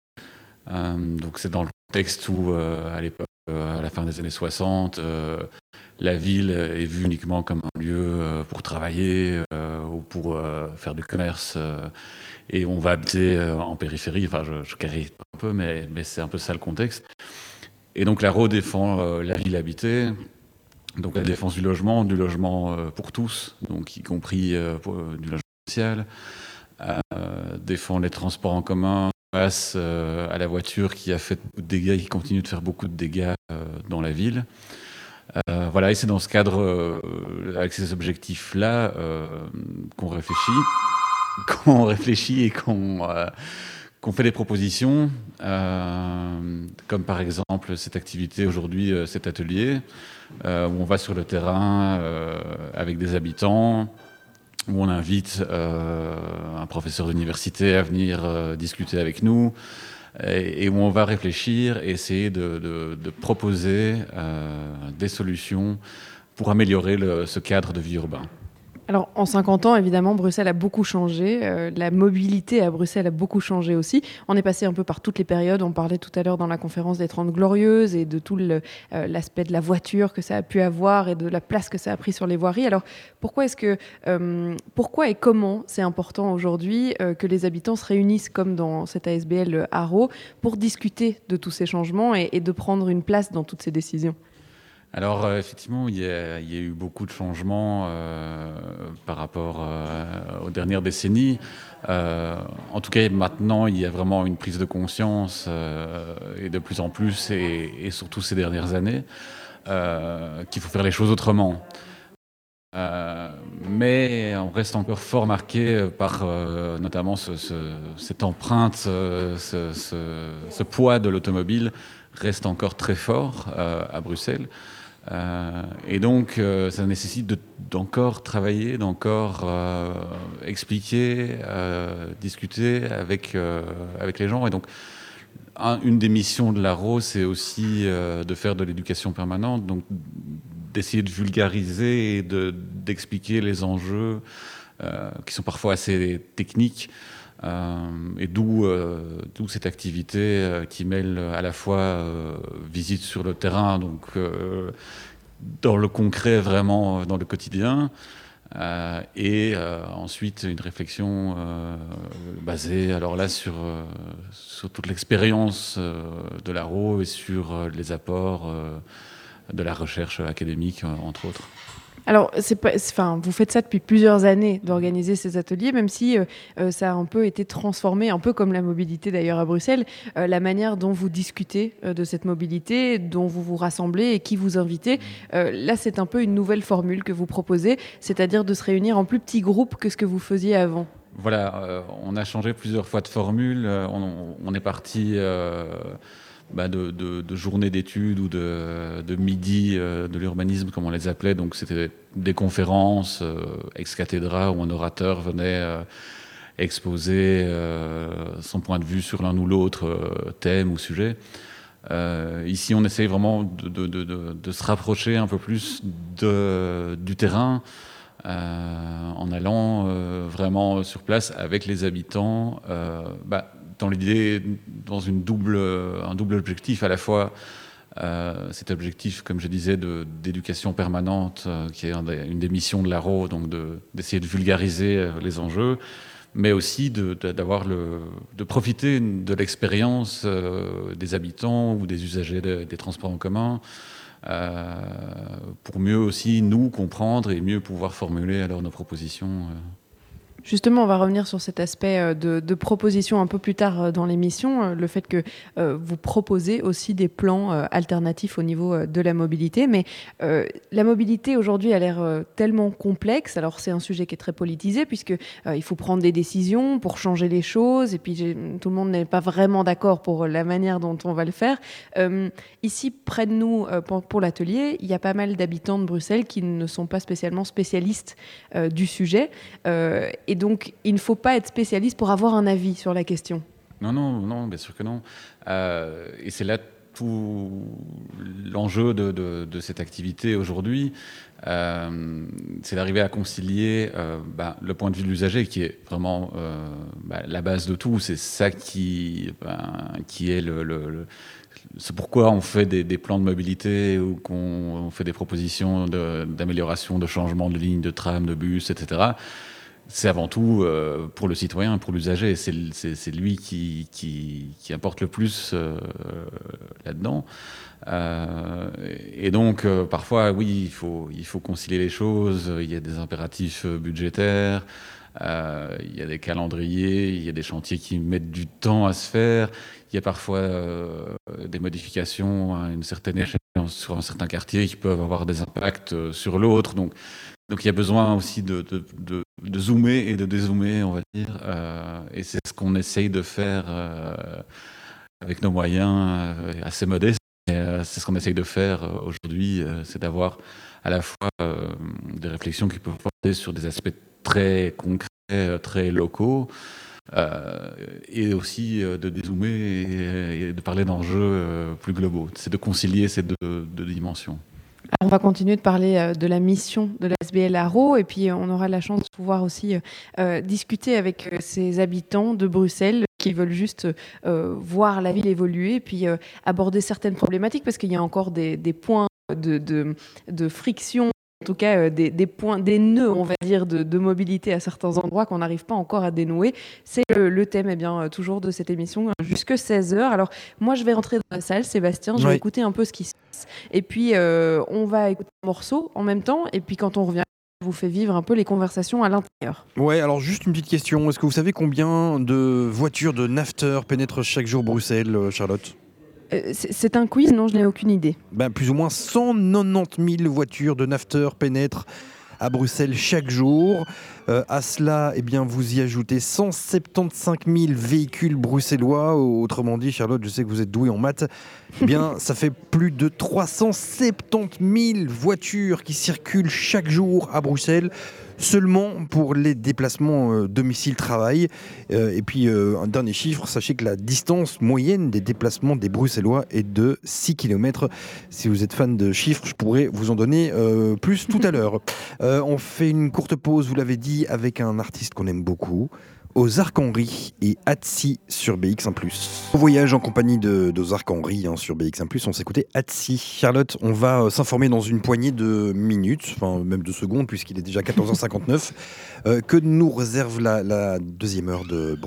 Euh, donc c'est dans le contexte où, euh, à l'époque, euh, à la fin des années soixante, euh, la ville est vue uniquement comme un lieu euh, pour travailler euh, ou pour euh, faire du commerce. Euh, et on va habiter euh, en périphérie. Enfin, je, je caricature un peu, mais, mais c'est un peu ça le contexte. Et donc l'A R O défend euh, la ville habitée, donc la défense du logement, du logement euh, pour tous, donc y compris euh, pour, euh, du logement social, euh, défend les transports en commun face euh, à la voiture qui a fait beaucoup de dégâts, qui continue de faire beaucoup de dégâts euh, dans la ville. Euh, voilà, et c'est dans ce cadre, euh, avec ces objectifs-là, euh, qu'on réfléchit, qu'on réfléchit et qu'on euh, qu'on fait des propositions, euh, comme par exemple cette activité aujourd'hui, euh, cet atelier, euh, où on va sur le terrain euh, avec des habitants, où on invite euh, un professeur d'université à venir euh, discuter avec nous, et, et où on va réfléchir et essayer de, de, de proposer euh, des solutions pour améliorer le, ce cadre de vie urbain. Alors, en cinquante ans, évidemment, Bruxelles a beaucoup changé. Euh, la mobilité à Bruxelles a beaucoup changé aussi. On est passé un peu par toutes les périodes. On parlait tout à l'heure dans la conférence des Trente Glorieuses et de tout le, euh, l'aspect de la voiture que ça a pu avoir et de la place que ça a pris sur les voiries. Alors, pourquoi est-ce que, euh, pourquoi et comment c'est important aujourd'hui euh, que les habitants se réunissent comme dans cette A S B L A R O pour discuter de tous ces changements et, et de prendre une place dans toutes ces décisions ? Alors euh, effectivement, il y, a, il y a eu beaucoup de changements euh, par rapport euh, aux dernières décennies. Euh, en tout cas, maintenant, il y a vraiment une prise de conscience euh, et de plus en plus, et, et surtout ces dernières années, euh, qu'il faut faire les choses autrement. Euh, mais on reste encore fort marqué par euh, notamment ce, ce, cette empreinte, ce, ce, ce, ce poids de l'automobile reste encore très fort euh, à Bruxelles. Euh, et donc, euh, ça nécessite de, d'encore travailler, d'encore euh, expliquer, euh, discuter avec, euh, avec les gens. Et donc, un, une des missions de l'A R O, c'est aussi euh, de faire de l'éducation permanente, donc d'essayer de vulgariser et de, d'expliquer les enjeux euh, qui sont parfois assez techniques. Euh, et d'où, euh, d'où cette activité euh, qui mêle à la fois euh, visite sur le terrain, donc euh, dans le concret, vraiment dans le quotidien, euh, et euh, ensuite une réflexion euh, basée alors là sur, euh, sur toute l'expérience euh, de l'A R O et sur euh, les apports euh, de la recherche académique, euh, entre autres. Alors, c'est pas, c'est, enfin, vous faites ça depuis plusieurs années, d'organiser ces ateliers, même si euh, euh, ça a un peu été transformé, un peu comme la mobilité d'ailleurs à Bruxelles, euh, la manière dont vous discutez euh, de cette mobilité, dont vous vous rassemblez et qui vous invitez. Euh, là, c'est un peu une nouvelle formule que vous proposez, c'est-à-dire de se réunir en plus petits groupes que ce que vous faisiez avant. Voilà, euh, on a changé plusieurs fois de formule. Euh, On, on est parti euh, bah, de, de, de journées d'études ou de, de midi euh, de l'urbanisme, comme on les appelait. Donc c'était des conférences euh, ex cathedra où un orateur venait euh, exposer euh, son point de vue sur l'un ou l'autre euh, thème ou sujet. Euh, ici, on essaye vraiment de, de, de, de, de se rapprocher un peu plus de, du terrain. Euh, en allant euh, vraiment sur place avec les habitants, euh, bah, dans l'idée, dans une double, un double objectif, à la fois euh, cet objectif, comme je disais, de, d'éducation permanente, euh, qui est un des, une des missions de l'A R O, donc de, d'essayer de vulgariser euh, les enjeux, mais aussi de, de, d'avoir le, de profiter de l'expérience euh, des habitants ou des usagers de, des transports en commun, Euh, pour mieux aussi nous comprendre et mieux pouvoir formuler alors nos propositions. Euh. Justement, on va revenir sur cet aspect de, de proposition un peu plus tard dans l'émission, le fait que euh, vous proposez aussi des plans euh, alternatifs au niveau euh, de la mobilité. Mais euh, la mobilité aujourd'hui a l'air euh, tellement complexe. Alors c'est un sujet qui est très politisé puisque euh, il faut prendre des décisions pour changer les choses et puis j'ai, tout le monde n'est pas vraiment d'accord pour la manière dont on va le faire. Euh, ici, près de nous, euh, pour, pour l'atelier, il y a pas mal d'habitants de Bruxelles qui ne sont pas spécialement spécialistes euh, du sujet. Euh, et Et donc, il ne faut pas être spécialiste pour avoir un avis sur la question. Non, non, non, bien sûr que non. Euh, et c'est là tout l'enjeu de, de, de cette activité aujourd'hui. Euh, c'est d'arriver à concilier euh, bah, le point de vue de l'usager, qui est vraiment euh, bah, la base de tout. C'est ça qui, bah, qui est le... le, le c'est pourquoi on fait des, des plans de mobilité ou qu'on on fait des propositions de, d'amélioration, de changement de lignes, de tram, de bus, et cetera. C'est avant tout euh, pour le citoyen, pour l'usager. C'est, c'est, c'est lui qui, qui, qui importe le plus euh, là-dedans. Euh, et donc, euh, parfois, oui, il faut, il faut concilier les choses. Il y a des impératifs budgétaires, euh, il y a des calendriers, il y a des chantiers qui mettent du temps à se faire. Il y a parfois euh, des modifications à une certaine échelle sur un certain quartier qui peuvent avoir des impacts sur l'autre. Donc, Donc il y a besoin aussi de, de, de, de zoomer et de dézoomer, on va dire. Euh, et c'est ce qu'on essaye de faire euh, avec nos moyens euh, assez modestes. Et, euh, c'est ce qu'on essaye de faire euh, aujourd'hui, euh, c'est d'avoir à la fois euh, des réflexions qui peuvent porter sur des aspects très concrets, très locaux, euh, et aussi euh, de dézoomer et, et de parler d'enjeux euh, plus globaux. C'est de concilier ces deux, deux dimensions. Alors, on va continuer de parler de la mission de la S B L A R O et puis on aura la chance de pouvoir aussi euh, discuter avec ces habitants de Bruxelles qui veulent juste euh, voir la ville évoluer et puis euh, aborder certaines problématiques parce qu'il y a encore des, des points de, de, de friction, en tout cas euh, des, des points, des nœuds, on va dire, de, de mobilité à certains endroits qu'on n'arrive pas encore à dénouer. C'est le, le thème, eh bien, toujours de cette émission, jusque seize heures. Alors, moi, je vais rentrer dans la salle, Sébastien, je vais oui. écouter un peu ce qui se passe. Et puis, euh, on va écouter un morceau en même temps. Et puis, quand on revient, on vous fait vivre un peu les conversations à l'intérieur. Ouais, alors juste une petite question. Est-ce que vous savez combien de voitures de Nafter pénètrent chaque jour Bruxelles, Charlotte ? C'est un quiz, non, je n'ai aucune idée. Ben, plus ou moins cent quatre-vingt-dix mille voitures de Nafter pénètrent à Bruxelles chaque jour. Euh, à cela, eh bien, vous y ajoutez cent soixante-quinze mille véhicules bruxellois. Autrement dit, Charlotte, je sais que vous êtes douée en maths. Eh bien, ça fait plus de trois cent soixante-dix mille voitures qui circulent chaque jour à Bruxelles. Seulement pour les déplacements euh, domicile-travail. Euh, et puis, euh, un dernier chiffre, sachez que la distance moyenne des déplacements des Bruxellois est de six kilomètres. Si vous êtes fan de chiffres, je pourrais vous en donner euh, plus tout à l'heure. Euh, on fait une courte pause, vous l'avez dit, avec un artiste qu'on aime beaucoup, Ozark Henry et Hatsi sur B X un plus. On voyage en compagnie de, d'Ozark Henry hein, sur B X un plus, on s'écoutait Hatsi. Charlotte, on va euh, s'informer dans une poignée de minutes, enfin même de secondes, puisqu'il est déjà quatorze heures cinquanteneuf. euh, que nous réserve la, la deuxième heure de Bruxelles Vie ?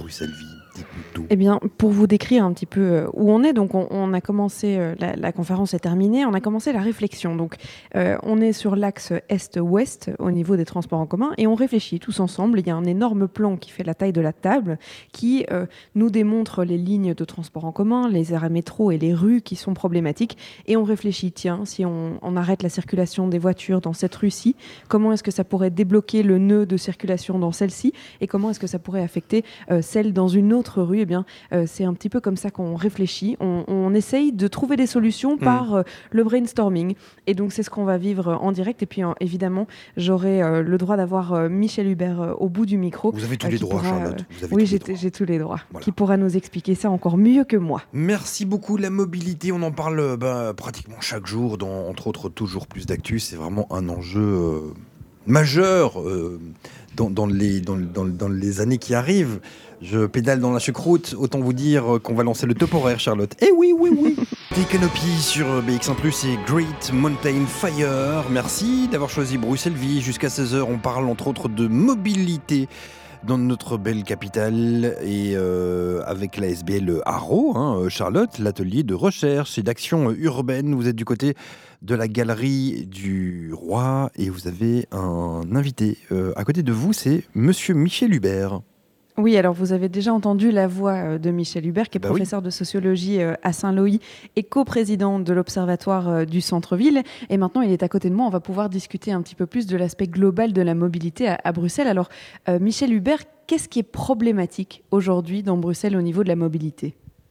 Eh bien, pour vous décrire un petit peu où on est, donc on, on a commencé, euh, la, la conférence est terminée, on a commencé la réflexion. Donc, euh, on est sur l'axe est-ouest au niveau des transports en commun et on réfléchit tous ensemble. Il y a un énorme plan qui fait la taille de la table qui euh, nous démontre les lignes de transport en commun, les arrêts métro et les rues qui sont problématiques. Et on réfléchit, tiens, si on, on arrête la circulation des voitures dans cette rue-ci, comment est-ce que ça pourrait débloquer le nœud de circulation dans celle-ci et comment est-ce que ça pourrait affecter euh, celle dans une autre rue. Eh bien, euh, c'est un petit peu comme ça qu'on réfléchit. On, on essaye de trouver des solutions par euh, le brainstorming. Et donc, c'est ce qu'on va vivre en direct. Et puis, euh, évidemment, j'aurai euh, le droit d'avoir euh, Michel Hubert euh, au bout du micro. Vous avez tous euh, les qui droits, pourra, Charlotte. Vous avez oui, tous j'ai, les droits. j'ai tous les droits. Voilà. Qui pourra nous expliquer ça encore mieux que moi. Merci beaucoup. La mobilité, on en parle bah, pratiquement chaque jour, dans, entre autres Toujours Plus d'Actu. C'est vraiment un enjeu euh, majeur euh, dans, dans, les, dans, dans, dans les années qui arrivent. Je pédale dans la choucroute, autant vous dire qu'on va lancer le top horaire, Charlotte. Eh oui, oui, oui. Des Canopy sur B X un plus et Great Mountain Fire. Merci d'avoir choisi Bruxelles Vie. Jusqu'à seize heures, on parle entre autres de mobilité dans notre belle capitale et euh, avec la S B L Haro, hein, Charlotte, l'atelier de recherche et d'action urbaine. Vous êtes du côté de la galerie du Roi et vous avez un invité euh, à côté de vous, c'est Monsieur Michel Hubert. Oui, alors vous avez déjà entendu la voix de Michel Hubert, qui est bah professeur oui. de sociologie à Saint-Loïs et coprésident de l'Observatoire du Centre-Ville. Et maintenant, il est à côté de moi. On va pouvoir discuter un petit peu plus de l'aspect global de la mobilité à, à Bruxelles. Alors, euh, Michel Hubert, qu'est-ce qui est problématique aujourd'hui dans Bruxelles au niveau de la mobilité ?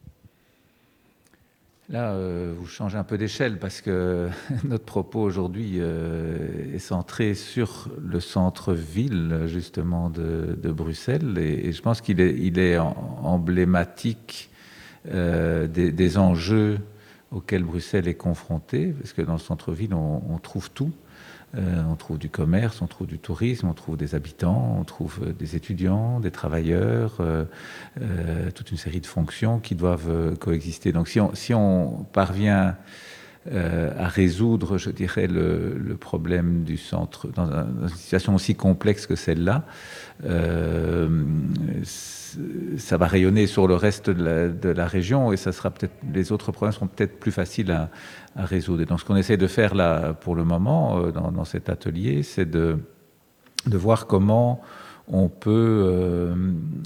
Là, euh, vous changez un peu d'échelle parce que notre propos aujourd'hui euh, est centré sur le centre-ville, justement, de, de Bruxelles. Et, et je pense qu'il est, il est emblématique euh, des, des enjeux auxquels Bruxelles est confrontée, parce que dans le centre-ville, on, on trouve tout. Euh, on trouve du commerce, on trouve du tourisme, on trouve des habitants, on trouve euh, des étudiants, des travailleurs, euh, euh, toute une série de fonctions qui doivent euh, coexister. Donc si on, si on parvient euh, à résoudre, je dirais, le, le problème du centre dans, un, dans une situation aussi complexe que celle-là, euh, ça va rayonner sur le reste de la, de la région et ça sera peut-être, les autres problèmes seront peut-être plus faciles à, à résoudre. Et donc ce qu'on essaie de faire là pour le moment euh, dans, dans cet atelier, c'est de, de voir comment on peut euh,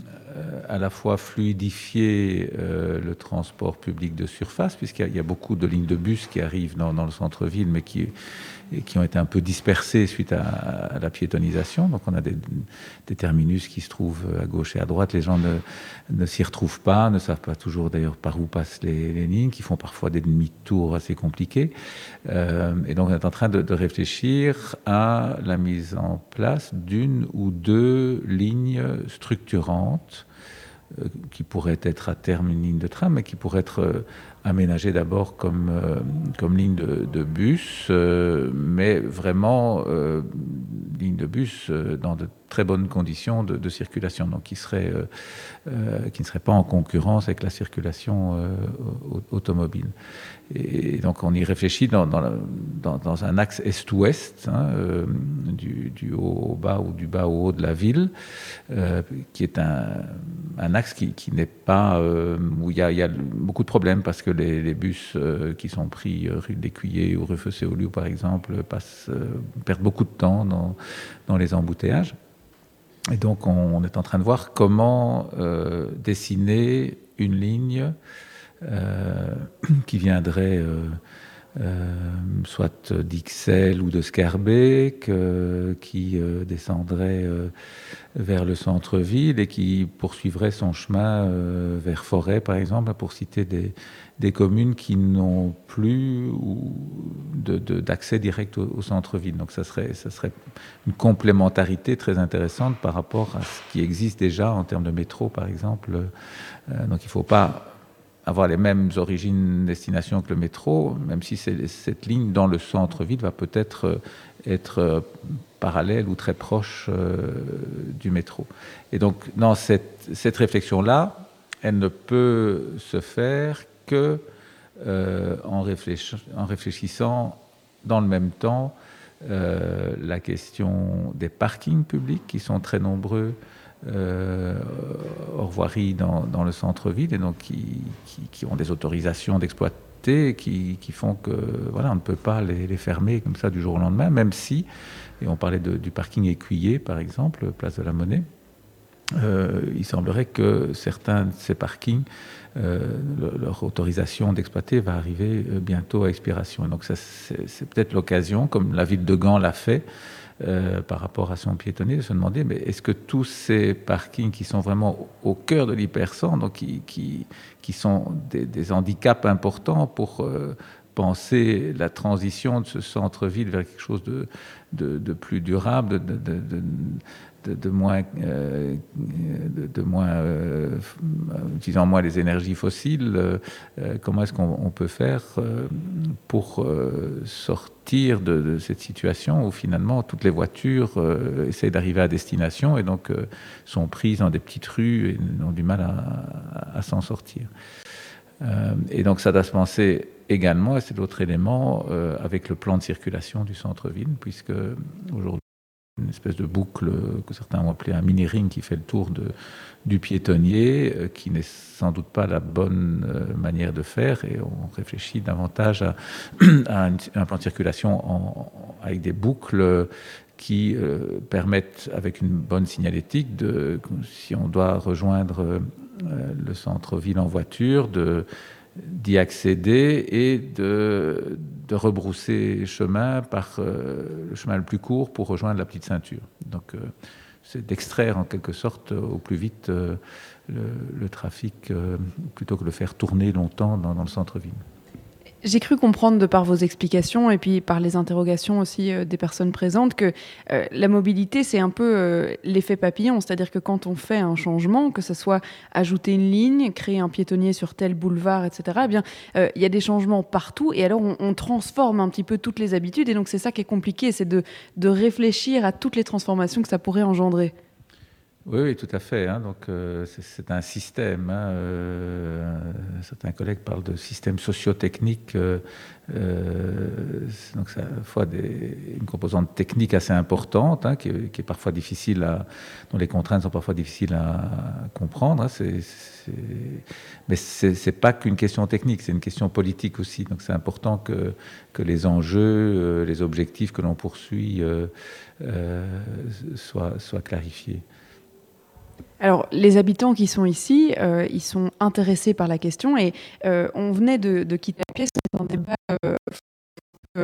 à la fois fluidifier euh, le transport public de surface, puisqu'il y a, il y a beaucoup de lignes de bus qui arrivent dans, dans le centre-ville, mais qui, et qui ont été un peu dispersées suite à, à la piétonisation. Donc on a des, des terminus qui se trouvent à gauche et à droite. Les gens ne, ne s'y retrouvent pas, ne savent pas toujours d'ailleurs par où passent les, les lignes, qui font parfois des demi-tours assez compliqués. Euh, et donc on est en train de, de réfléchir à la mise en place d'une ou deux lignes structurantes euh, qui pourraient être à terme une ligne de tram, mais qui pourraient être euh, aménagées d'abord comme, euh, comme ligne de, de bus, euh, mais vraiment euh, ligne de bus euh, dans de très bonnes conditions de, de circulation, donc qui, serait, euh, euh, qui ne serait pas en concurrence avec la circulation euh, automobile. Et donc on y réfléchit dans, dans, la, dans, dans un axe est-ouest, hein, euh, du, du haut au bas ou du bas au haut de la ville, euh, qui est un, un axe qui, qui n'est pas euh, où il y, y a beaucoup de problèmes parce que les, les bus euh, qui sont pris euh, rue de l'Écuyer ou rue Fossé-Oliou par exemple passent, euh, perdent beaucoup de temps dans, dans les embouteillages. Et donc on, on est en train de voir comment euh, dessiner une ligne Euh, qui viendrait euh, euh, soit d'Ixelles ou de Scarbeck, euh, qui euh, descendrait euh, vers le centre-ville et qui poursuivrait son chemin euh, vers Forêt, par exemple, pour citer des, des communes qui n'ont plus ou de, de, d'accès direct au, au centre-ville. Donc ça serait, ça serait une complémentarité très intéressante par rapport à ce qui existe déjà en termes de métro, par exemple. Euh, donc il ne faut pas avoir les mêmes origines destination que le métro, même si c'est, cette ligne dans le centre-ville va peut-être être parallèle ou très proche euh, du métro. Et donc, dans cette, cette réflexion-là, elle ne peut se faire que euh, en, réfléch, en réfléchissant dans le même temps euh, la question des parkings publics qui sont très nombreux euh, hors voirie dans, dans le centre-ville, et donc qui, qui, qui ont des autorisations d'exploiter, qui, qui font que voilà, on ne peut pas les, les fermer comme ça du jour au lendemain, même si, et on parlait de, du parking écuyer par exemple, place de la Monnaie, euh, il semblerait que certains de ces parkings, euh, leur autorisation d'exploiter va arriver bientôt à expiration. Et donc ça, c'est, c'est peut-être l'occasion, comme la ville de Gand l'a fait, Euh, par rapport à son piétonnier, de se demander mais est-ce que tous ces parkings qui sont vraiment au, au cœur de l'hypercentre, donc qui, qui, qui sont des, des handicaps importants pour euh, penser la transition de ce centre-ville vers quelque chose de, de, de plus durable, de, de, de, de, de moins, euh, de, de moins euh, utilisant moins les énergies fossiles, euh, comment est-ce qu'on on peut faire euh, pour euh, sortir de, de cette situation où finalement toutes les voitures euh, essayent d'arriver à destination et donc euh, sont prises dans des petites rues et ont du mal à, à, à s'en sortir. Euh, et donc ça doit se penser également, et c'est l'autre élément, euh, avec le plan de circulation du centre-ville, puisque aujourd'hui une espèce de boucle que certains ont appelé un mini-ring qui fait le tour de, du piétonnier, euh, qui n'est sans doute pas la bonne euh, manière de faire, et on réfléchit davantage à, à un, un plan de circulation en, avec des boucles qui euh, permettent, avec une bonne signalétique, de, si on doit rejoindre euh, le centre-ville en voiture, de d'y accéder et de, de rebrousser chemin par euh, le chemin le plus court pour rejoindre la petite ceinture. Donc, euh, c'est d'extraire en quelque sorte au plus vite euh, le, le trafic euh, plutôt que de le faire tourner longtemps dans, dans le centre-ville. J'ai cru comprendre de par vos explications et puis par les interrogations aussi euh, des personnes présentes que euh, la mobilité, c'est un peu euh, l'effet papillon. C'est-à-dire que quand on fait un changement, que ce soit ajouter une ligne, créer un piétonnier sur tel boulevard, et cetera, eh bien, euh, il y a des changements partout et alors on, on transforme un petit peu toutes les habitudes. Et donc, c'est ça qui est compliqué, c'est de, de réfléchir à toutes les transformations que ça pourrait engendrer. Oui, oui, tout à fait. Hein. Donc, euh, c'est, c'est un système. Hein. Euh, certains collègues parlent de système socio-technique. Euh, euh, donc, c'est à la fois des, une composante technique assez importante, hein, qui, est, qui est parfois difficile à, dont les contraintes sont parfois difficiles à comprendre. Hein. C'est, c'est, mais c'est, c'est pas qu'une question technique, c'est une question politique aussi. Donc, c'est important que, que les enjeux, euh, les objectifs que l'on poursuit euh, euh, soient, soient clarifiés. Alors, les habitants qui sont ici, euh, ils sont intéressés par la question et euh, on venait de, de quitter la pièce dans un débat. Euh, euh,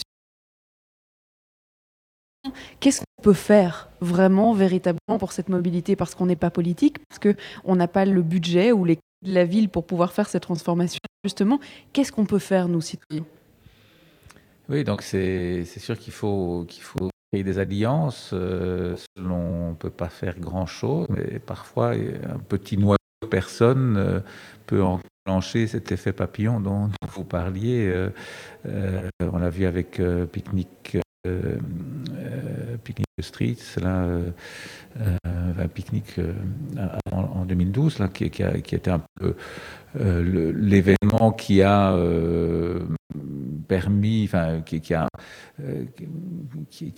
Qu'est-ce qu'on peut faire vraiment, véritablement pour cette mobilité? Parce qu'on n'est pas politique, parce qu'on n'a pas le budget ou les de la ville pour pouvoir faire cette transformation. Justement, qu'est-ce qu'on peut faire, nous, citoyens? Oui, donc c'est, c'est sûr qu'il faut, qu'il faut créer des alliances. Euh, on ne peut pas faire grand-chose, mais parfois, un petit noyau de personnes euh, peut enclencher cet effet papillon dont, dont vous parliez. Euh, euh, on l'a vu avec euh, Picnic, euh, euh, Picnic Streets, là, euh, un pique-nique euh, en, en deux mille douze, là, qui, qui, a, qui était un peu euh, le, l'événement qui a euh, permis, enfin, qui, qui a, euh, qui,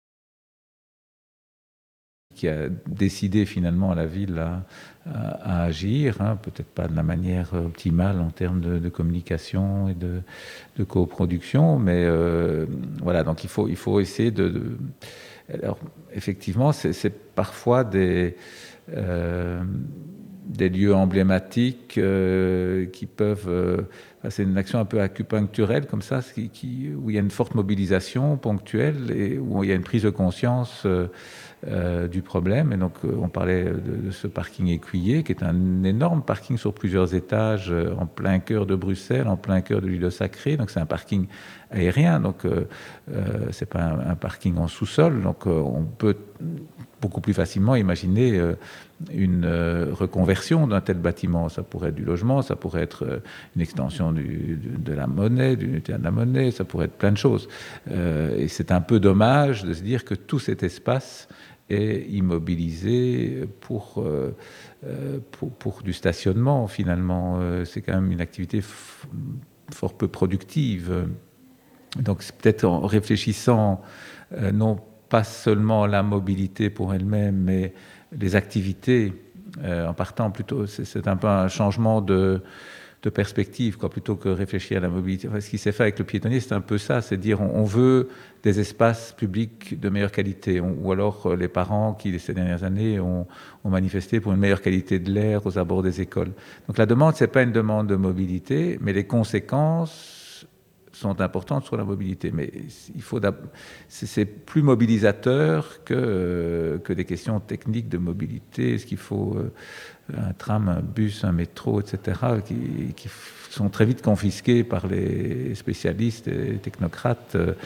qui a décidé finalement à la ville à, à, à agir, hein, peut-être pas de la manière optimale en termes de, de communication et de, de coproduction, mais euh, voilà, donc il faut, il faut essayer de... de alors, effectivement, c'est, c'est parfois des, euh, des lieux emblématiques euh, qui peuvent... Euh, c'est une action un peu acupuncturelle, comme ça, qui, qui, où il y a une forte mobilisation ponctuelle et où il y a une prise de conscience euh, euh, du problème. Et donc, on parlait de, de ce parking écuyer, qui est un énorme parking sur plusieurs étages, euh, en plein cœur de Bruxelles, en plein cœur de l'île Sacré. Donc, c'est un parking aérien, donc euh, euh, c'est pas un, un parking en sous-sol. Donc, euh, on peut beaucoup plus facilement imaginer euh, une euh, reconversion d'un tel bâtiment. Ça pourrait être du logement, ça pourrait être euh, une extension du, de, de la monnaie, du unité de la monnaie, ça pourrait être plein de choses. Euh, et c'est un peu dommage de se dire que tout cet espace est immobilisé pour, euh, pour, pour du stationnement, finalement. Euh, c'est quand même une activité f- fort peu productive. Donc c'est peut-être en réfléchissant, euh, non pas seulement la mobilité pour elle-même, mais les activités euh, en partant plutôt, c'est, c'est un peu un changement de, de perspective, quoi, plutôt que réfléchir à la mobilité. Enfin, ce qui s'est fait avec le piétonnier, c'est un peu ça, c'est dire on, on veut des espaces publics de meilleure qualité, on, ou alors euh, les parents qui, ces dernières années, ont, ont manifesté pour une meilleure qualité de l'air aux abords des écoles. Donc la demande, c'est pas une demande de mobilité, mais les conséquences sont importantes sur la mobilité, mais il faut c'est, c'est plus mobilisateur que, euh, que des questions techniques de mobilité. Est-ce qu'il faut euh, un tram, un bus, un métro, et cetera, qui, qui sont très vite confisqués par les spécialistes et les technocrates. Euh,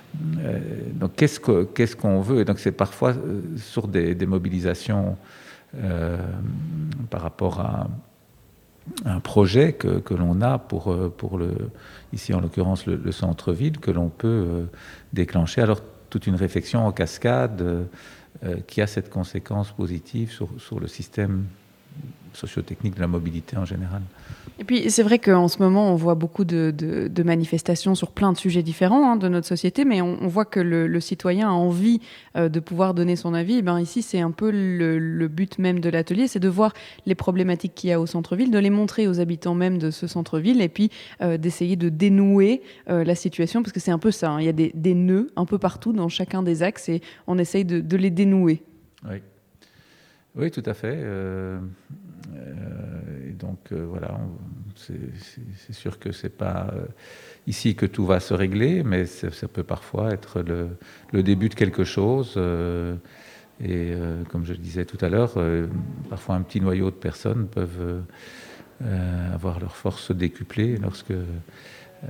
donc qu'est-ce, que, qu'est-ce qu'on veut? Et donc c'est parfois euh, sur des, des mobilisations euh, par rapport à un projet que, que l'on a pour, pour le, ici en l'occurrence le, le centre-ville, que l'on peut euh, déclencher. Alors toute une réflexion en cascade euh, qui a cette conséquence positive sur, sur le système socio-technique de la mobilité en général. Et puis c'est vrai qu'en ce moment on voit beaucoup de, de, de manifestations sur plein de sujets différents hein, de notre société, mais on, on voit que le, le citoyen a envie euh, de pouvoir donner son avis. Et ben ici c'est un peu le, le but même de l'atelier, c'est de voir les problématiques qu'il y a au centre-ville, de les montrer aux habitants même de ce centre-ville, et puis euh, d'essayer de dénouer euh, la situation, parce que c'est un peu ça, hein, il y a des, des nœuds un peu partout dans chacun des axes, et on essaye de, de les dénouer. Oui. Oui, tout à fait. Euh, euh, et donc, euh, voilà, on, c'est, c'est, c'est sûr que c'est pas euh, ici que tout va se régler, mais ça, ça peut parfois être le, le début de quelque chose. Euh, et euh, comme je le disais tout à l'heure, euh, parfois un petit noyau de personnes peuvent euh, avoir leur force décuplée lorsque euh,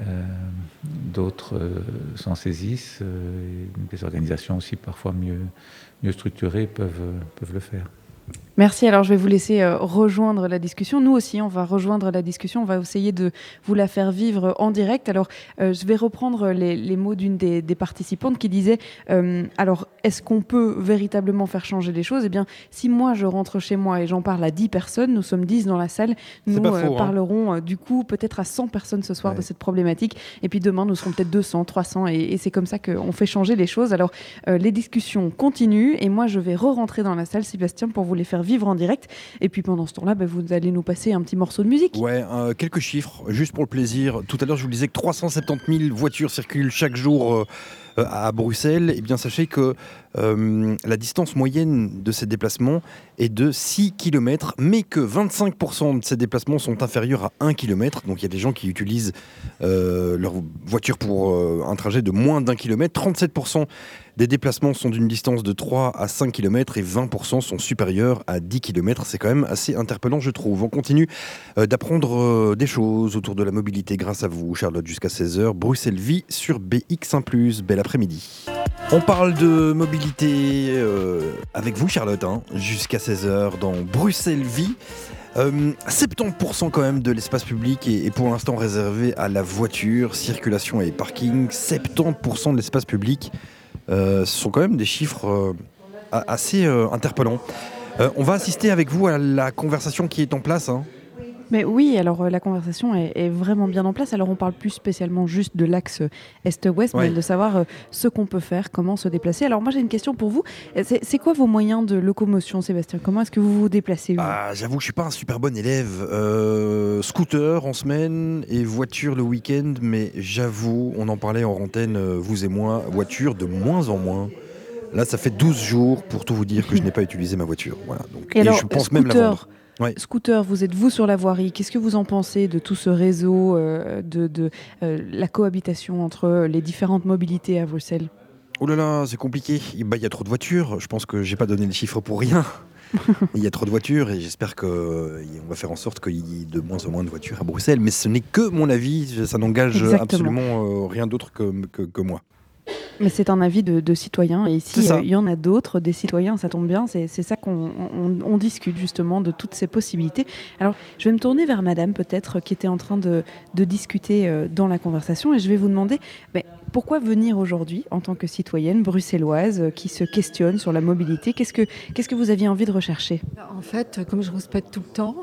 d'autres euh, s'en saisissent. Euh, et des organisations aussi parfois mieux, mieux structurées peuvent, peuvent le faire. Merci. Alors, je vais vous laisser euh, rejoindre la discussion. Nous aussi, on va rejoindre la discussion. On va essayer de vous la faire vivre en direct. Alors, euh, je vais reprendre les, les mots d'une des, des participantes qui disait euh, alors, est-ce qu'on peut véritablement faire changer les choses? Eh bien, si moi, je rentre chez moi et j'en parle à dix personnes, nous sommes dix dans la salle, nous faux, euh, hein. parlerons euh, du coup peut-être à cent personnes ce soir ouais. de cette problématique. Et puis demain, nous serons peut-être deux cents, trois cents. Et, et c'est comme ça qu'on fait changer les choses. Alors, euh, les discussions continuent. Et moi, je vais re-rentrer dans la salle, Sébastien, pour vous les faire vivre en direct. Et puis pendant ce temps-là, bah, vous allez nous passer un petit morceau de musique. Ouais, euh, quelques chiffres, juste pour le plaisir. Tout à l'heure, je vous disais que trois cent soixante-dix mille voitures circulent chaque jour euh, à Bruxelles. Eh bien, sachez que euh, la distance moyenne de ces déplacements est de six kilomètres, mais que vingt-cinq pour cent de ces déplacements sont inférieurs à un kilomètre. Donc, il y a des gens qui utilisent euh, leur voiture pour euh, un trajet de moins d'un kilomètre. trente-sept pour cent des déplacements sont d'une distance de trois à cinq kilomètres et vingt pour cent sont supérieurs à dix kilomètres. C'est quand même assez interpellant, je trouve. On continue euh, d'apprendre euh, des choses autour de la mobilité grâce à vous, Charlotte, jusqu'à seize heures. Bruxelles Vie sur B X un plus. Bel après-midi. On parle de mobilité euh, avec vous, Charlotte, hein, jusqu'à seize heures dans Bruxelles Vie. Euh, soixante-dix pour cent quand même de l'espace public est, est pour l'instant réservé à la voiture, circulation et parking. soixante-dix pour cent de l'espace public. Euh, ce sont quand même des chiffres euh, assez euh, interpellants. Euh, on va assister avec vous à la conversation qui est en place. Hein. Mais oui, alors euh, la conversation est, est vraiment bien en place. Alors on parle plus spécialement juste de l'axe est-ouest, ouais. mais de savoir euh, ce qu'on peut faire, comment se déplacer. Alors moi j'ai une question pour vous. C'est, c'est quoi vos moyens de locomotion, Sébastien? Comment est-ce que vous vous déplacez vous ah, J'avoue que je suis pas un super bon élève. Euh, scooter en semaine et voiture le week-end, mais j'avoue, on en parlait en antenne, vous et moi, voiture de moins en moins. Là, ça fait douze jours pour tout vous dire que je n'ai pas utilisé ma voiture. Voilà. Donc, et, et alors, je pense scooter, même la vendre. Ouais. Scooter, vous êtes vous sur la voirie. Qu'est-ce que vous en pensez de tout ce réseau, euh, de, de euh, la cohabitation entre les différentes mobilités à Bruxelles? Oh là là, c'est compliqué. Il bah, y a trop de voitures. Je pense que j'ai pas donné les chiffres pour rien. Il y a trop de voitures et j'espère qu'on va faire en sorte qu'il y ait de moins en moins de voitures à Bruxelles. Mais ce n'est que mon avis. Ça n'engage Exactement. absolument euh, rien d'autre que, que, que moi. Mais c'est un avis de, de citoyens, et ici il euh, y en a d'autres, des citoyens, ça tombe bien, c'est, c'est ça qu'on on, on discute justement de toutes ces possibilités. Alors je vais me tourner vers madame peut-être qui était en train de, de discuter euh, dans la conversation, et je vais vous demander mais, pourquoi venir aujourd'hui en tant que citoyenne bruxelloise euh, qui se questionne sur la mobilité. Qu'est-ce que, qu'est-ce que vous aviez envie de rechercher? En fait, comme je rouspète tout le temps,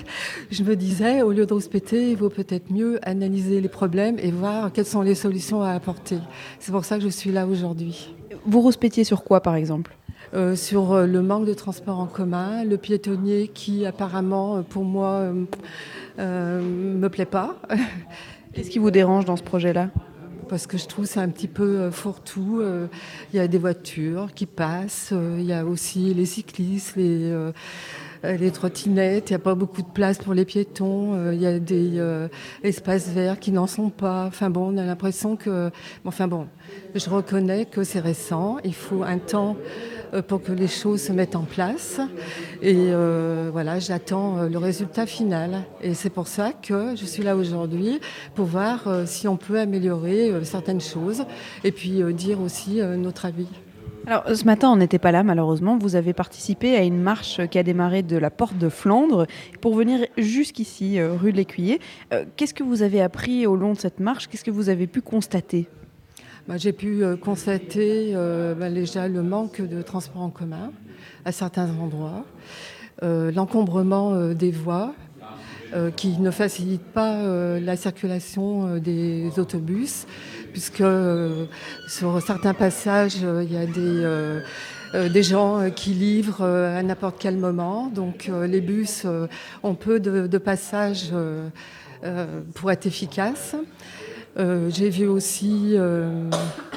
je me disais au lieu de rouspéter, il vaut peut-être mieux analyser les problèmes et voir quelles sont les solutions à apporter. C'est pour ça que je suis là aujourd'hui. Vous rouspétiez sur quoi, par exemple? Euh, sur euh, le manque de transport en commun, le piétonnier qui apparemment euh, pour moi euh, euh, me plaît pas. Qu'est-ce qui vous dérange dans ce projet-là ? Parce que je trouve que c'est un petit peu euh, fourre-tout. Euh, il y a des voitures qui passent, euh, il y a aussi les cyclistes, les, euh, les trottinettes, il n'y a pas beaucoup de place pour les piétons, euh, il y a des euh, espaces verts qui n'en sont pas. Enfin bon, on a l'impression que... Enfin bon, je reconnais que c'est récent, il faut un temps pour que les choses se mettent en place. Et euh, voilà, j'attends le résultat final. Et c'est pour ça que je suis là aujourd'hui, pour voir euh, si on peut améliorer euh, certaines choses et puis euh, dire aussi euh, notre avis. Alors, ce matin, on n'était pas là, malheureusement. Vous avez participé à une marche qui a démarré de la Porte de Flandre pour venir jusqu'ici, euh, rue de l'Écuyer. Euh, qu'est-ce que vous avez appris au long de cette marche ? Qu'est-ce que vous avez pu constater ? Bah, j'ai pu euh, constater euh, bah, déjà le manque de transport en commun à certains endroits, euh, l'encombrement euh, des voies euh, qui ne facilite pas euh, la circulation euh, des autobus, puisque euh, sur certains passages, euh, il y a des, euh, euh, des gens euh, qui livrent euh, à n'importe quel moment. Donc euh, les bus euh, ont peu de, de passages euh, euh, pour être efficaces. Euh, j'ai vu aussi, euh,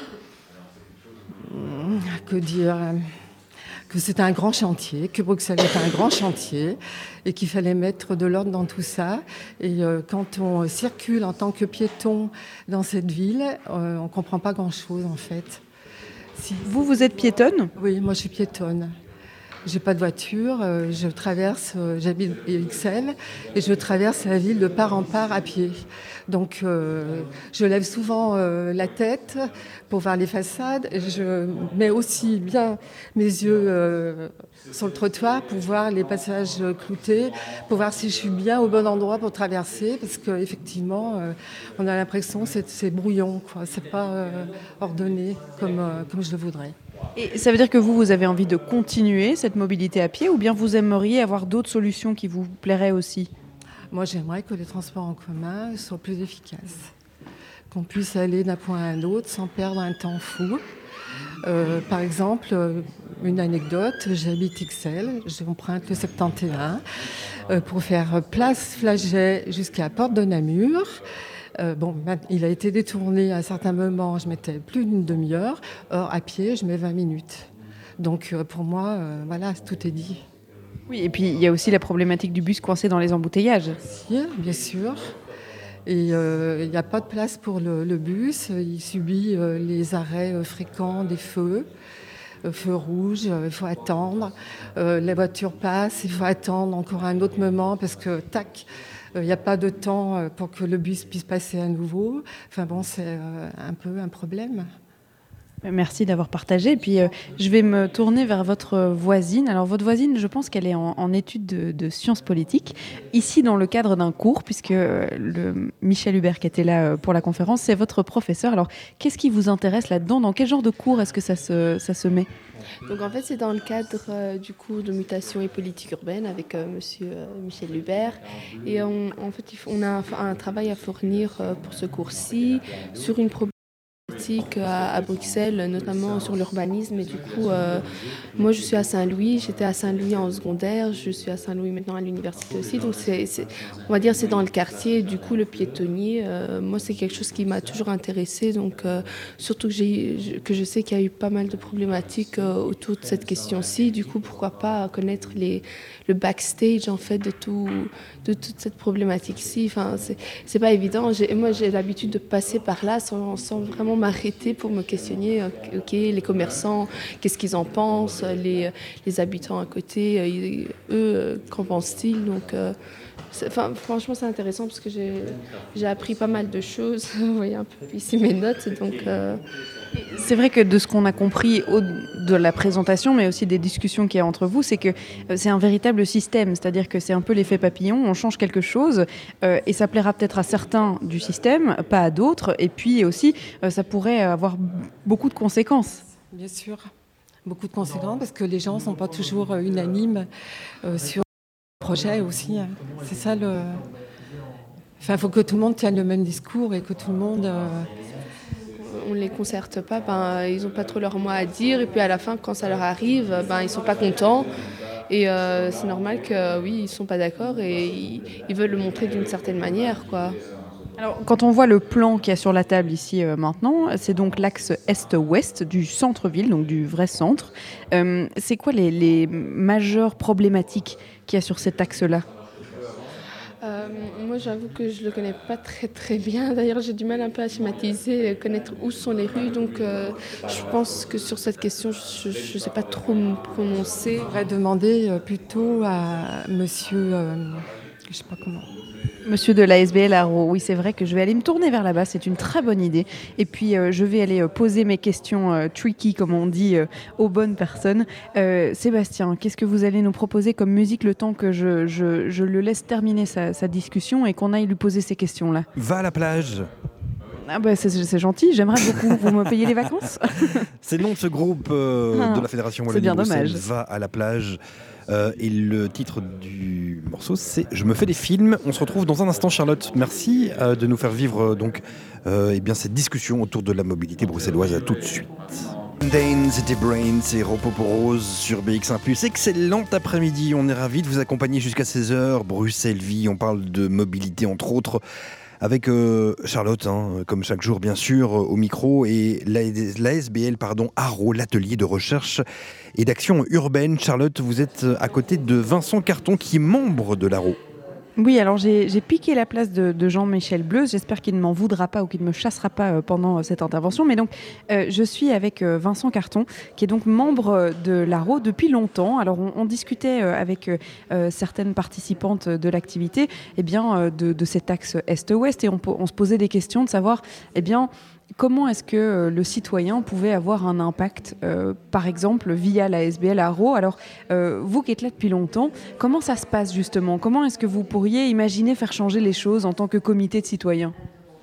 que dire, que c'était un grand chantier, que Bruxelles était un grand chantier et qu'il fallait mettre de l'ordre dans tout ça. Et euh, quand on circule en tant que piéton dans cette ville, euh, on ne comprend pas grand-chose en fait. Si... Vous, vous êtes piétonne ? Oui, moi je suis piétonne. J'ai pas de voiture, euh, je traverse, euh, j'habite Ixelles et je traverse la ville de part en part à pied. Donc euh, je lève souvent euh, la tête pour voir les façades et je mets aussi bien mes yeux euh, sur le trottoir pour voir les passages cloutés, pour voir si je suis bien au bon endroit pour traverser, parce qu'effectivement euh, on a l'impression que c'est, c'est brouillon, quoi. C'est pas euh, ordonné comme, euh, comme je le voudrais. Et ça veut dire que vous, vous avez envie de continuer cette mobilité à pied ou bien vous aimeriez avoir d'autres solutions qui vous plairaient aussi ? Moi, j'aimerais que les transports en commun soient plus efficaces, qu'on puisse aller d'un point à un autre sans perdre un temps fou. Euh, par exemple, une anecdote, j'habite Ixelles, j'emprunte le septante et un euh, pour faire place Flaget jusqu'à Porte de Namur. Euh, bon, il a été détourné à un certain moment, je mettais plus d'une demi-heure. Or, à pied, je mets vingt minutes. Donc, euh, pour moi, euh, voilà, tout est dit. Oui, et puis il y a aussi la problématique du bus coincé dans les embouteillages. Si, bien sûr. Et euh, il n'y a pas de place pour le, le bus. Il subit euh, les arrêts euh, fréquents des feux. Euh, feux rouges, euh, il faut attendre. Euh, les voitures passent, il faut attendre encore un autre moment parce que, tac, il n'y a pas de temps pour que le bus puisse passer à nouveau. Enfin bon, c'est euh, un peu un problème. Merci d'avoir partagé. Et puis, euh, je vais me tourner vers votre voisine. Alors, votre voisine, je pense qu'elle est en, en études de, de sciences politiques, ici dans le cadre d'un cours, puisque euh, le Michel Hubert, qui était là euh, pour la conférence, c'est votre professeur. Alors, qu'est-ce qui vous intéresse là-dedans ? Dans quel genre de cours est-ce que ça se, ça se met ? Donc en fait, c'est dans le cadre euh, du cours de mutation et politique urbaine avec euh, monsieur euh, Michel Hubert. Et on, en fait, on a un, un travail à fournir euh, pour ce cours-ci sur une problématique à, à Bruxelles, notamment sur l'urbanisme. Et du coup, euh, moi, je suis à Saint-Louis. J'étais à Saint-Louis en secondaire. Je suis à Saint-Louis maintenant à l'université aussi. Donc, c'est, c'est, on va dire c'est dans le quartier. Du coup, le piétonnier, euh, moi, c'est quelque chose qui m'a toujours intéressée. Donc, euh, surtout que, j'ai, que je sais qu'il y a eu pas mal de problématiques euh, autour de cette question-ci. Du coup, pourquoi pas connaître les, le backstage, en fait, de, tout, de toute cette problématique-ci. Enfin, c'est, c'est pas évident. J'ai, moi, j'ai l'habitude de passer par là sans, sans vraiment m'arrêter pour me questionner, ok, les commerçants, qu'est-ce qu'ils en pensent, les, les habitants à côté, eux, qu'en pensent-ils ? Donc, euh, enfin, franchement, c'est intéressant parce que j'ai, j'ai appris pas mal de choses. Vous voyez un peu ici mes notes. Donc, euh... C'est vrai que de ce qu'on a compris au, de la présentation, mais aussi des discussions qu'il y a entre vous, c'est que c'est un véritable système. C'est-à-dire que c'est un peu l'effet papillon, on change quelque chose euh, et ça plaira peut-être à certains du système, pas à d'autres. Et puis aussi, euh, ça pourrait avoir beaucoup de conséquences. Bien sûr, beaucoup de conséquences parce que les gens ne sont pas toujours unanimes euh, sur le projet aussi. Hein. C'est ça le... Enfin, il faut que tout le monde tienne le même discours et que tout le monde... Euh... on les concerte pas, ben, ils n'ont pas trop leur mot à dire. Et puis à la fin, quand ça leur arrive, ben, ils sont pas contents. Et euh, c'est normal que oui, ils sont pas d'accord et ils, ils veulent le montrer d'une certaine manière, quoi. Alors, quand on voit le plan qu'il y a sur la table ici euh, maintenant, c'est donc l'axe est-ouest du centre-ville, donc du vrai centre. Euh, c'est quoi les, les majeures problématiques qu'il y a sur cet axe-là ? Euh, moi, j'avoue que je le connais pas très très bien. D'ailleurs, j'ai du mal un peu à schématiser, connaître où sont les rues. Donc, euh, je pense que sur cette question, je ne sais pas trop me prononcer. On pourrait demander euh, plutôt à monsieur, euh, je sais pas comment. Monsieur de l'A S B L Arreau, oui, c'est vrai que je vais aller me tourner vers là-bas, c'est une très bonne idée. Et puis, euh, je vais aller euh, poser mes questions euh, tricky, comme on dit, euh, aux bonnes personnes. Euh, Sébastien, qu'est-ce que vous allez nous proposer comme musique le temps que je, je, je le laisse terminer sa, sa discussion et qu'on aille lui poser ces questions-là ? Va à la plage. Ah bah c'est, c'est gentil, j'aimerais beaucoup. Vous me payez les vacances ? C'est le nom de ce groupe euh, Ah, de la Fédération c'est bien Wallonie-Bruxelles. dommage. Va à la plage. Euh, et le titre du morceau, c'est Je me fais des films. On se retrouve dans un instant, Charlotte. Merci euh, de nous faire vivre euh, donc, euh, eh bien, cette discussion autour de la mobilité bruxelloise. À tout de suite. Dane, c'était Brain, c'est Ropoporose sur B X un plus. Excellent après-midi. On est ravis de vous accompagner jusqu'à seize heures. Bruxelles Vie, on parle de mobilité entre autres. Avec euh, Charlotte, hein, comme chaque jour bien sûr, euh, au micro, et l'A S B L, pardon, Arreau, l'atelier de recherche et d'action urbaine. Charlotte, vous êtes à côté de Vincent Carton, qui est membre de l'Arreau. Oui, alors j'ai, j'ai piqué la place de, de Jean-Michel Bleuze. J'espère qu'il ne m'en voudra pas ou qu'il ne me chassera pas euh, pendant euh, cette intervention. Mais donc, euh, je suis avec euh, Vincent Carton, qui est donc membre euh, de l'Arreau depuis longtemps. Alors, on, on discutait euh, avec euh, certaines participantes de l'activité, eh bien, euh, de, de cet axe est-ouest, et on, on se posait des questions de savoir, eh bien, comment est-ce que euh, le citoyen pouvait avoir un impact, euh, par exemple, via la S B L Arreau ? Alors, euh, vous qui êtes là depuis longtemps, comment ça se passe justement ? Comment est-ce que vous pourriez imaginer faire changer les choses en tant que comité de citoyens ?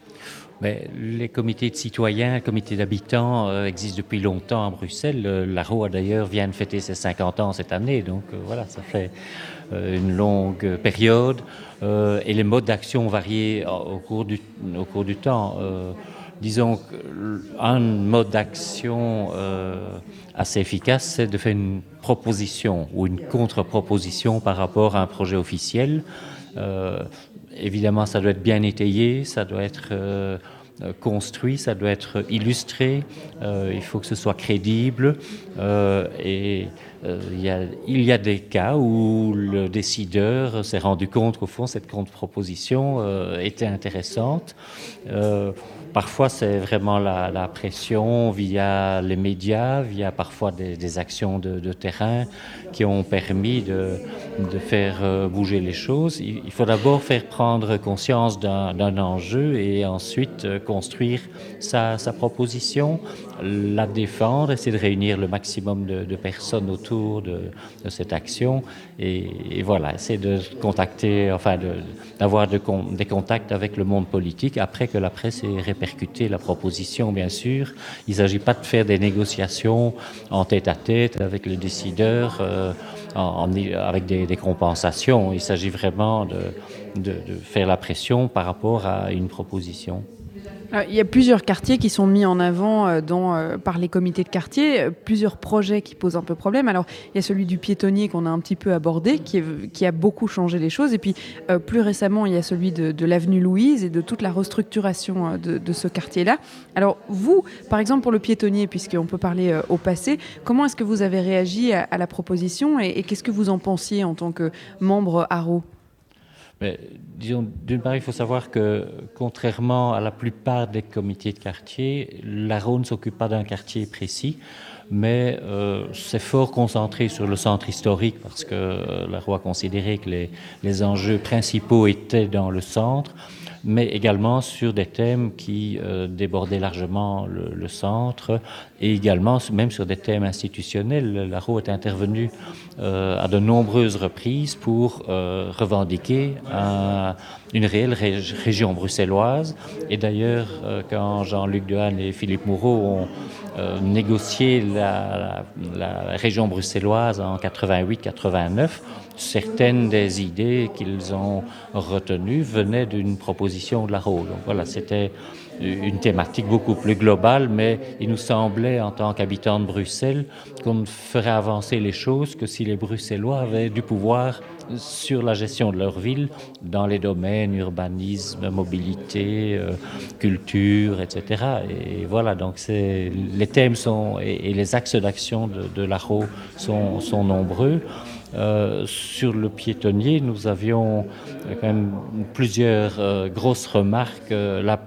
Mais les comités de citoyens, les comités d'habitants euh, existent depuis longtemps à Bruxelles. Euh, L'Arreau, d'ailleurs, vient de fêter ses cinquante ans cette année. Donc euh, voilà, ça fait euh, une longue période. Euh, et les modes d'action varient au cours du, au cours du temps. Euh, Disons qu'un mode d'action euh, assez efficace, c'est de faire une proposition ou une contre-proposition par rapport à un projet officiel. Euh, évidemment, ça doit être bien étayé, ça doit être euh, construit, ça doit être illustré, euh, il faut que ce soit crédible. Euh, et euh, il y a, il y a des cas où le décideur s'est rendu compte qu'au fond, cette contre-proposition euh, était intéressante. Euh, Parfois, c'est vraiment la, la pression via les médias, via parfois des, des actions de, de terrain qui ont permis de, de faire bouger les choses. Il, il faut d'abord faire prendre conscience d'un, d'un enjeu et ensuite construire sa, sa proposition, la défendre, essayer de réunir le maximum de, de personnes autour de, de cette action et, et voilà, essayer de contacter, enfin de, d'avoir de, des contacts avec le monde politique après que la presse ait répercuté la proposition, bien sûr. Il ne s'agit pas de faire des négociations en tête-à-tête avec le décideur, euh, en, en, avec des, des compensations. Il s'agit vraiment de, de, de faire la pression par rapport à une proposition. Il y a plusieurs quartiers qui sont mis en avant dans, euh, par les comités de quartier, plusieurs projets qui posent un peu problème. Alors, il y a celui du piétonnier qu'on a un petit peu abordé, qui, est, qui a beaucoup changé les choses. Et puis, euh, plus récemment, il y a celui de, de l'avenue Louise et de toute la restructuration de, de ce quartier-là. Alors, vous, par exemple, pour le piétonnier, puisqu'on peut parler euh, au passé, comment est-ce que vous avez réagi à, à la proposition et, et qu'est-ce que vous en pensiez en tant que membre Arreau ? Mais, disons, d'une part, il faut savoir que, contrairement à la plupart des comités de quartier, l'Arreau ne s'occupe pas d'un quartier précis, mais euh, c'est fort concentré sur le centre historique parce que euh, l'Arreau a considéré que les, les enjeux principaux étaient dans le centre, mais également sur des thèmes qui euh, débordaient largement le, le centre et également même sur des thèmes institutionnels. L'Arreau est intervenu euh, à de nombreuses reprises pour euh, revendiquer un, une réelle ré- région bruxelloise. Et d'ailleurs, euh, quand Jean-Luc Dehaene et Philippe Moureau ont euh, négocié la, la, la région bruxelloise en quatre-vingt-huit quatre-vingt-neuf, certaines des idées qu'ils ont retenues venaient d'une proposition de l'Arreau. Donc voilà, c'était une thématique beaucoup plus globale, mais il nous semblait, en tant qu'habitants de Bruxelles, qu'on ne ferait avancer les choses que si les Bruxellois avaient du pouvoir sur la gestion de leur ville dans les domaines urbanisme, mobilité, euh, culture, et cetera. Et voilà, donc c'est, les thèmes sont, et, et les axes d'action de, de l'A R O sont, sont nombreux. Euh, sur le piétonnier, nous avions quand même plusieurs euh, grosses remarques. Euh, la,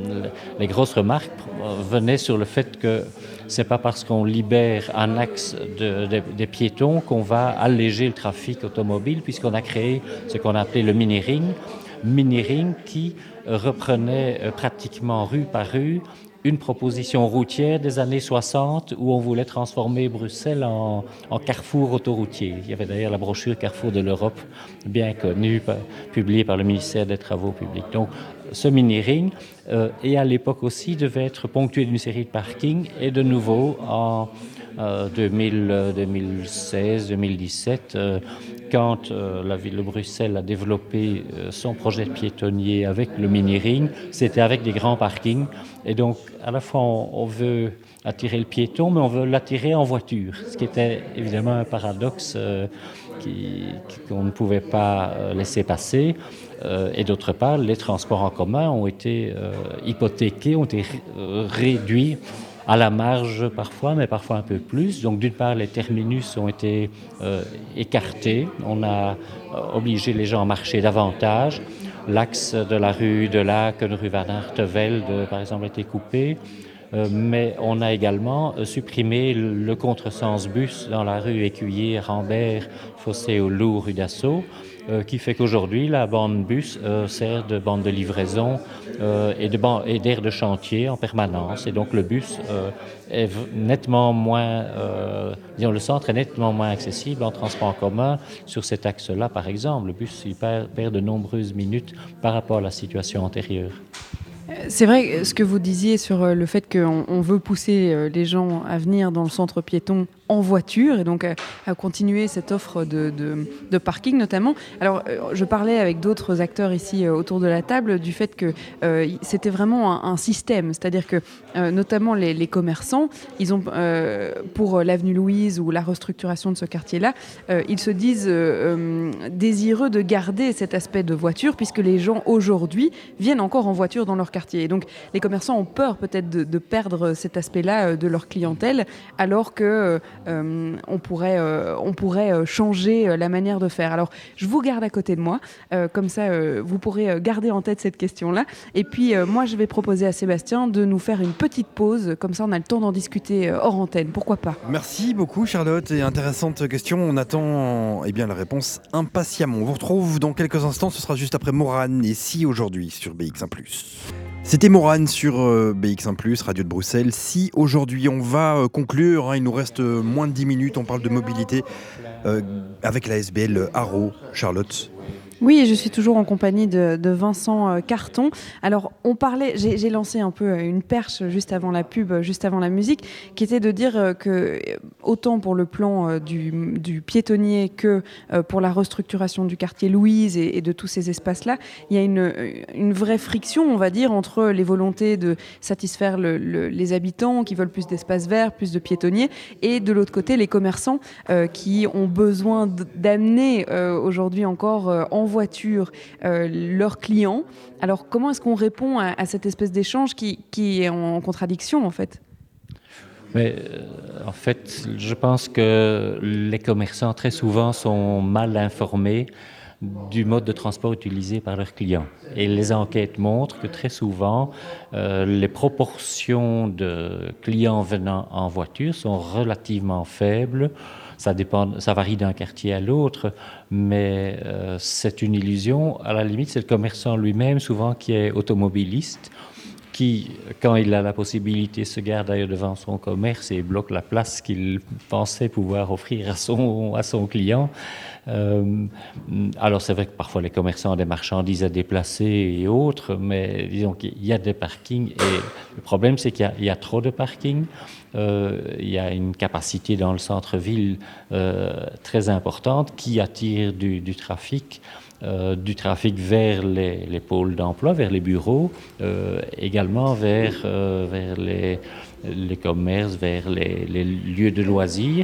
les grosses remarques venaient sur le fait que c'est pas parce qu'on libère un axe de, de, des piétons qu'on va alléger le trafic automobile, puisqu'on a créé ce qu'on appelait le mini-ring, mini-ring qui reprenait euh, pratiquement rue par rue une proposition routière des années soixante où on voulait transformer Bruxelles en, en carrefour autoroutier. Il y avait d'ailleurs la brochure Carrefour de l'Europe, bien connue, publiée par le ministère des Travaux publics. Donc, ce mini-ring, euh, et à l'époque aussi, devait être ponctué d'une série de parkings, et de nouveau, en euh, deux mille, deux mille seize, deux mille dix-sept, euh, quand euh, la ville de Bruxelles a développé euh, son projet de piétonnier avec le mini-ring, c'était avec des grands parkings. Et donc, à la fois, on, on veut attirer le piéton, mais on veut l'attirer en voiture, ce qui était évidemment un paradoxe euh, qui, qu'on ne pouvait pas euh, laisser passer. Euh, et d'autre part, les transports en commun ont été euh, hypothéqués, ont été r- réduits à la marge parfois, mais parfois un peu plus. Donc d'une part, les terminus ont été euh, écartés. On a euh, obligé les gens à marcher davantage. L'axe de la rue de Laeken, rue Van Artevelde, par exemple, a été coupé. Euh, mais on a également euh, supprimé le, le contresens bus dans la rue Écuyer, Rambert, Fossé au Loup, rue d'Assaut, euh, qui fait qu'aujourd'hui, la bande bus euh, sert de bande de livraison euh, et, de ban- et d'aire de chantier en permanence. Et donc le bus euh, est v- nettement moins, euh, disons, le centre est nettement moins accessible en transport en commun sur cet axe-là, par exemple. Le bus, il perd, perd de nombreuses minutes par rapport à la situation antérieure. C'est vrai ce que vous disiez sur le fait qu'on on veut pousser les gens à venir dans le centre piéton en voiture et donc à, à continuer cette offre de, de, de parking notamment. Alors je parlais avec d'autres acteurs ici autour de la table du fait que euh, c'était vraiment un, un système, c'est-à-dire que euh, notamment les, les commerçants, ils ont euh, pour l'avenue Louise ou la restructuration de ce quartier-là, euh, ils se disent euh, désireux de garder cet aspect de voiture puisque les gens aujourd'hui viennent encore en voiture dans leur quartier. Et donc les commerçants ont peur peut-être de, de perdre cet aspect-là de leur clientèle alors que Euh, on pourrait, euh, on pourrait changer la manière de faire. Alors, je vous garde à côté de moi, euh, comme ça, euh, vous pourrez garder en tête cette question-là. Et puis, euh, moi, je vais proposer à Sébastien de nous faire une petite pause, comme ça, on a le temps d'en discuter hors antenne. Pourquoi pas ? Merci beaucoup, Charlotte, et intéressante question. On attend eh bien, la réponse impatiemment. On vous retrouve dans quelques instants, ce sera juste après Morane et Si aujourd'hui sur B X un plus. C'était Morane sur euh, B X un plus, Radio de Bruxelles. Si aujourd'hui on va euh, conclure, hein, il nous reste euh, moins de dix minutes, on parle de mobilité euh, avec la S B L A R O. Charlotte. Oui, je suis toujours en compagnie de, de Vincent Carton. Alors, on parlait, j'ai, j'ai lancé un peu une perche juste avant la pub, juste avant la musique, qui était de dire que autant pour le plan du, du piétonnier que pour la restructuration du quartier Louise et, et de tous ces espaces-là, il y a une, une vraie friction, on va dire, entre les volontés de satisfaire le, le, les habitants qui veulent plus d'espaces verts, plus de piétonniers, et de l'autre côté, les commerçants euh, qui ont besoin d'amener euh, aujourd'hui encore euh, en voiture euh, leurs clients. Alors comment est-ce qu'on répond à, à cette espèce d'échange qui, qui est en contradiction en fait ? Mais euh, en fait, je pense que les commerçants très souvent sont mal informés du mode de transport utilisé par leurs clients. Et les enquêtes montrent que très souvent, euh, les proportions de clients venant en voiture sont relativement faibles. Ça dépend, ça varie d'un quartier à l'autre, mais euh, c'est une illusion. À la limite, c'est le commerçant lui-même, souvent, qui est automobiliste, qui, quand il a la possibilité, se gare d'ailleurs devant son commerce et bloque la place qu'il pensait pouvoir offrir à son, à son client. Euh, alors c'est vrai que parfois les commerçants ont des marchandises à déplacer et autres, mais disons qu'il y a des parkings et le problème c'est qu'il y a, il y a trop de parkings. Euh, il y a une capacité dans le centre-ville euh, très importante qui attire du, du trafic euh, du trafic vers les, les pôles d'emploi, vers les bureaux, euh, également vers, euh, vers les, les commerces, vers les, les lieux de loisirs.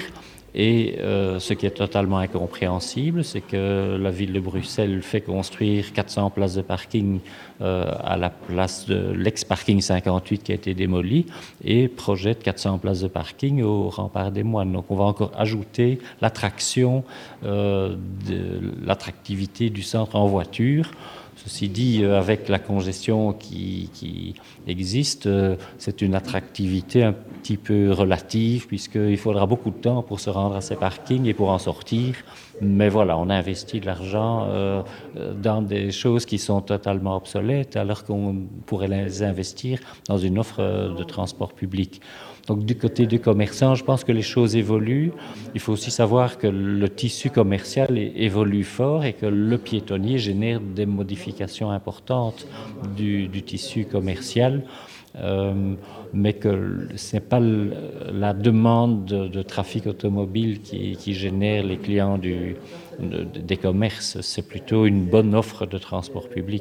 Et euh, ce qui est totalement incompréhensible, c'est que la ville de Bruxelles fait construire quatre cents places de parking euh, à la place de l'ex-parking cinquante-huit qui a été démoli et projette quatre cents places de parking au rempart des Moines. Donc on va encore ajouter l'attraction, euh, de, l'attractivité du centre en voiture. Ceci dit, euh, avec la congestion qui, qui existe, euh, c'est une attractivité un petit peu relative puisqu'il faudra beaucoup de temps pour se rendre à ces parkings et pour en sortir. Mais voilà, on a investi de l'argent euh, dans des choses qui sont totalement obsolètes alors qu'on pourrait les investir dans une offre de transport public. Donc du côté du commerçant, je pense que les choses évoluent. Il faut aussi savoir que le tissu commercial évolue fort et que le piétonnier génère des modifications importantes du, du tissu commercial. Euh, mais que ce n'est pas le, la demande de, de trafic automobile qui, qui génère les clients du, de, des commerces, c'est plutôt une bonne offre de transport public.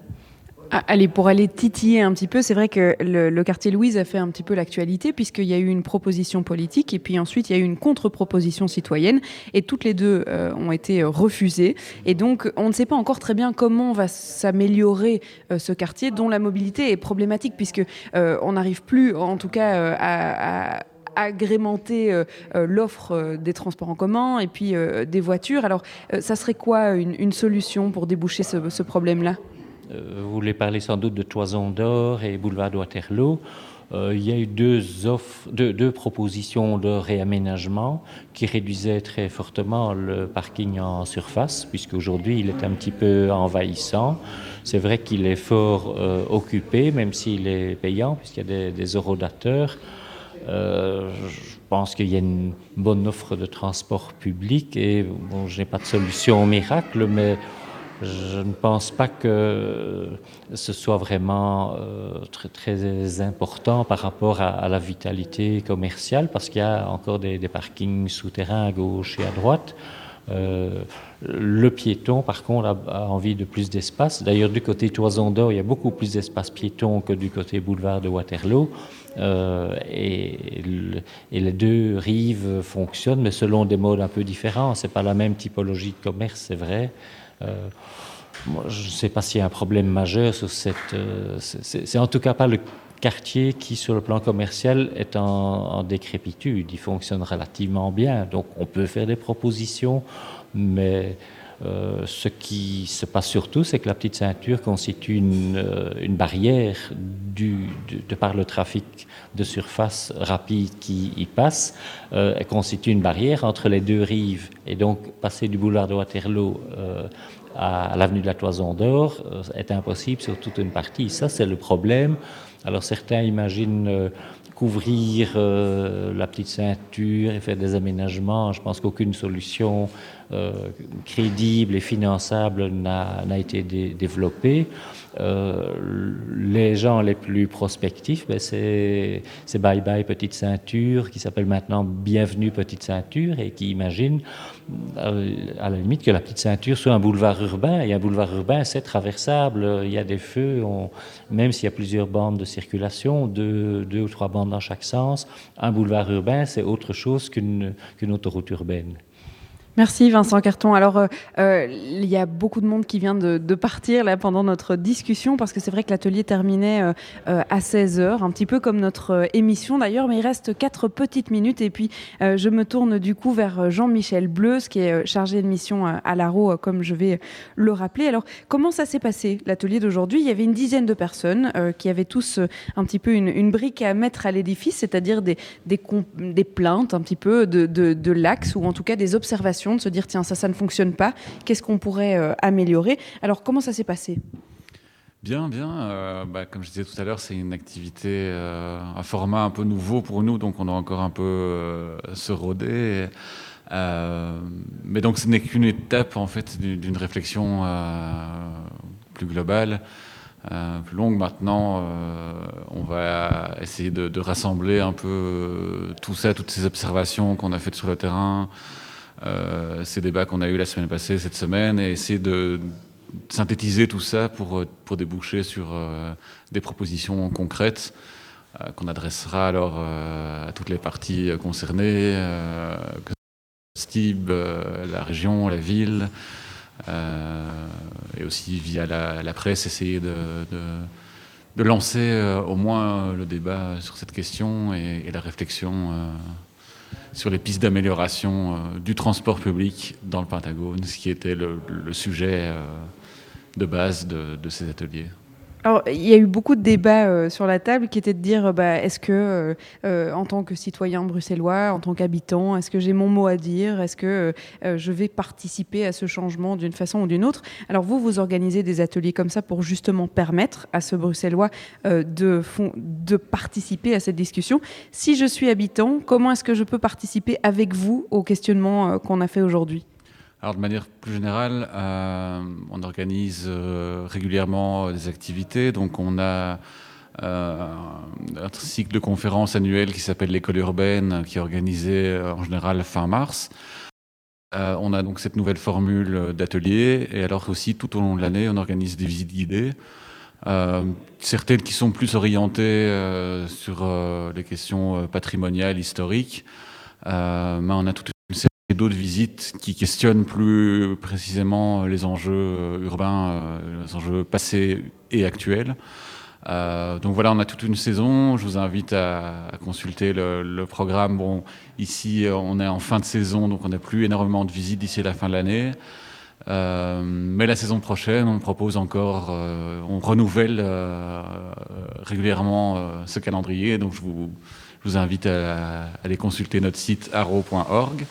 Ah, allez, pour aller titiller un petit peu, c'est vrai que le, le quartier Louise a fait un petit peu l'actualité puisqu'il y a eu une proposition politique et puis ensuite il y a eu une contre-proposition citoyenne et toutes les deux euh, ont été refusées. Et donc on ne sait pas encore très bien comment va s'améliorer euh, ce quartier dont la mobilité est problématique puisque euh, on n'arrive plus, en tout cas, euh, à, à agrémenter euh, euh, l'offre euh, des transports en commun et puis euh, des voitures. Alors euh, ça serait quoi une, une solution pour déboucher ce, ce problème-là ? Vous voulez parler sans doute de Toison d'Or et boulevard de Waterloo. Euh, il y a eu deux, offres, deux, deux propositions de réaménagement qui réduisaient très fortement le parking en surface, puisqu'aujourd'hui il est un petit peu envahissant. C'est vrai qu'il est fort euh, occupé, même s'il est payant, puisqu'il y a des, des horodateurs. Euh, je pense qu'il y a une bonne offre de transport public et bon, je n'ai pas de solution miracle, mais je ne pense pas que ce soit vraiment euh, très, très important par rapport à, à la vitalité commerciale, parce qu'il y a encore des, des parkings souterrains à gauche et à droite. Euh, le piéton, par contre, a, a envie de plus d'espace. D'ailleurs, du côté Toison d'Or, il y a beaucoup plus d'espace piéton que du côté boulevard de Waterloo. Euh, et, le, et les deux rives fonctionnent, mais selon des modes un peu différents. C'est pas la même typologie de commerce, c'est vrai. Euh, moi, je ne sais pas s'il y a un problème majeur sur cette... Euh, c'est, c'est en tout cas pas le quartier qui, sur le plan commercial, est en, en décrépitude. Il fonctionne relativement bien. Donc, on peut faire des propositions, mais euh, ce qui se passe surtout, c'est que la petite ceinture constitue une, euh, une barrière du, de, de par le trafic de surface rapide qui y passe. Euh, elle constitue une barrière entre les deux rives. Et donc, passer du boulevard de Waterloo euh, à, à l'avenue de la Toison d'Or euh, est impossible sur toute une partie. Ça, c'est le problème. Alors certains imaginent euh, couvrir euh, la petite ceinture et faire des aménagements. Je pense qu'aucune solution euh, crédible et finançable n'a, n'a été dé- développée. Euh, les gens les plus prospectifs, ben c'est, c'est Bye Bye Petite Ceinture, qui s'appelle maintenant Bienvenue Petite Ceinture, et qui imagine euh, à la limite que la Petite Ceinture soit un boulevard urbain. Et un boulevard urbain, c'est traversable, il y a des feux, on, même s'il y a plusieurs bandes de circulation, deux, deux ou trois bandes dans chaque sens, un boulevard urbain, c'est autre chose qu'une, qu'une autoroute urbaine. Merci Vincent Carton. Alors, euh, euh, il y a beaucoup de monde qui vient de, de partir là pendant notre discussion parce que c'est vrai que l'atelier terminait euh, euh, à seize heures, un petit peu comme notre euh, émission d'ailleurs, mais il reste quatre petites minutes et puis euh, je me tourne du coup vers Jean-Michel Bleuze qui est euh, chargé de mission euh, à l'A R O, euh, comme je vais le rappeler. Alors, comment ça s'est passé l'atelier d'aujourd'hui ? Il y avait une dizaine de personnes euh, qui avaient tous euh, un petit peu une, une brique à mettre à l'édifice, c'est-à-dire des, des, comp- des plaintes un petit peu de, de, de l'axe ou en tout cas des observations, de se dire tiens ça ça ne fonctionne pas, qu'est-ce qu'on pourrait euh, améliorer. Alors comment ça s'est passé ? Bien, bien. Euh, bah, comme je disais tout à l'heure, c'est une activité, euh, un format un peu nouveau pour nous, donc on doit encore un peu euh, se rôder. Euh, mais donc ce n'est qu'une étape en fait d'une réflexion euh, plus globale, euh, plus longue. Maintenant, euh, on va essayer de, de rassembler un peu euh, tout ça, toutes ces observations qu'on a faites sur le terrain. Euh, ces débats qu'on a eus la semaine passée, cette semaine, et essayer de, synthétiser tout ça pour, pour déboucher sur euh, des propositions concrètes euh, qu'on adressera alors euh, à toutes les parties concernées, euh, que ce soit S T I B, euh, la région, la ville, euh, et aussi via la, la presse, essayer de, de, de lancer euh, au moins le débat sur cette question et, et la réflexion euh, sur les pistes d'amélioration euh, du transport public dans le Pentagone, ce qui était le, le sujet euh, de base de, de ces ateliers. Alors, il y a eu beaucoup de débats euh, sur la table qui étaient de dire, euh, bah, est-ce que, euh, euh, en tant que citoyen bruxellois, en tant qu'habitant, est-ce que j'ai mon mot à dire? Est-ce que euh, je vais participer à ce changement d'une façon ou d'une autre? Alors vous, vous organisez des ateliers comme ça pour justement permettre à ce bruxellois euh, de, fond, de participer à cette discussion. Si je suis habitant, comment est-ce que je peux participer avec vous au questionnement euh, qu'on a fait aujourd'hui? Alors de manière plus générale, euh, on organise euh, régulièrement des activités. Donc on a euh, un cycle de conférences annuel qui s'appelle l'école urbaine, qui est organisé euh, en général fin mars. Euh, on a donc cette nouvelle formule d'atelier. Et alors aussi tout au long de l'année, on organise des visites guidées. Euh, certaines qui sont plus orientées euh, sur euh, les questions patrimoniales, historiques. Euh, mais on a toute une série d'autres visites qui questionnent plus précisément les enjeux urbains, les enjeux passés et actuels. Euh, donc voilà, on a toute une saison. Je vous invite à, à consulter le, le programme. Bon, ici, on est en fin de saison, donc on n'a plus énormément de visites d'ici la fin de l'année. Euh, mais la saison prochaine, on propose encore, euh, on renouvelle euh, régulièrement euh, ce calendrier. Donc je vous, je vous invite à, à aller consulter notre site haro point org.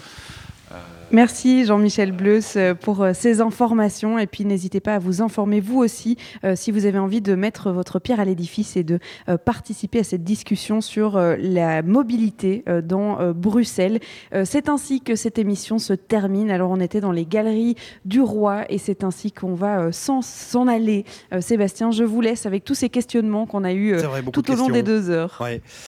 Merci Jean-Michel Bleus pour ces informations et puis n'hésitez pas à vous informer vous aussi euh, si vous avez envie de mettre votre pierre à l'édifice et de euh, participer à cette discussion sur euh, la mobilité euh, dans euh, Bruxelles. Euh, c'est ainsi que cette émission se termine. Alors on était dans les galeries du Roi et c'est ainsi qu'on va euh, s'en, s'en aller. Euh, Sébastien, je vous laisse avec tous ces questionnements qu'on a eus euh, tout au long des deux heures. Ouais.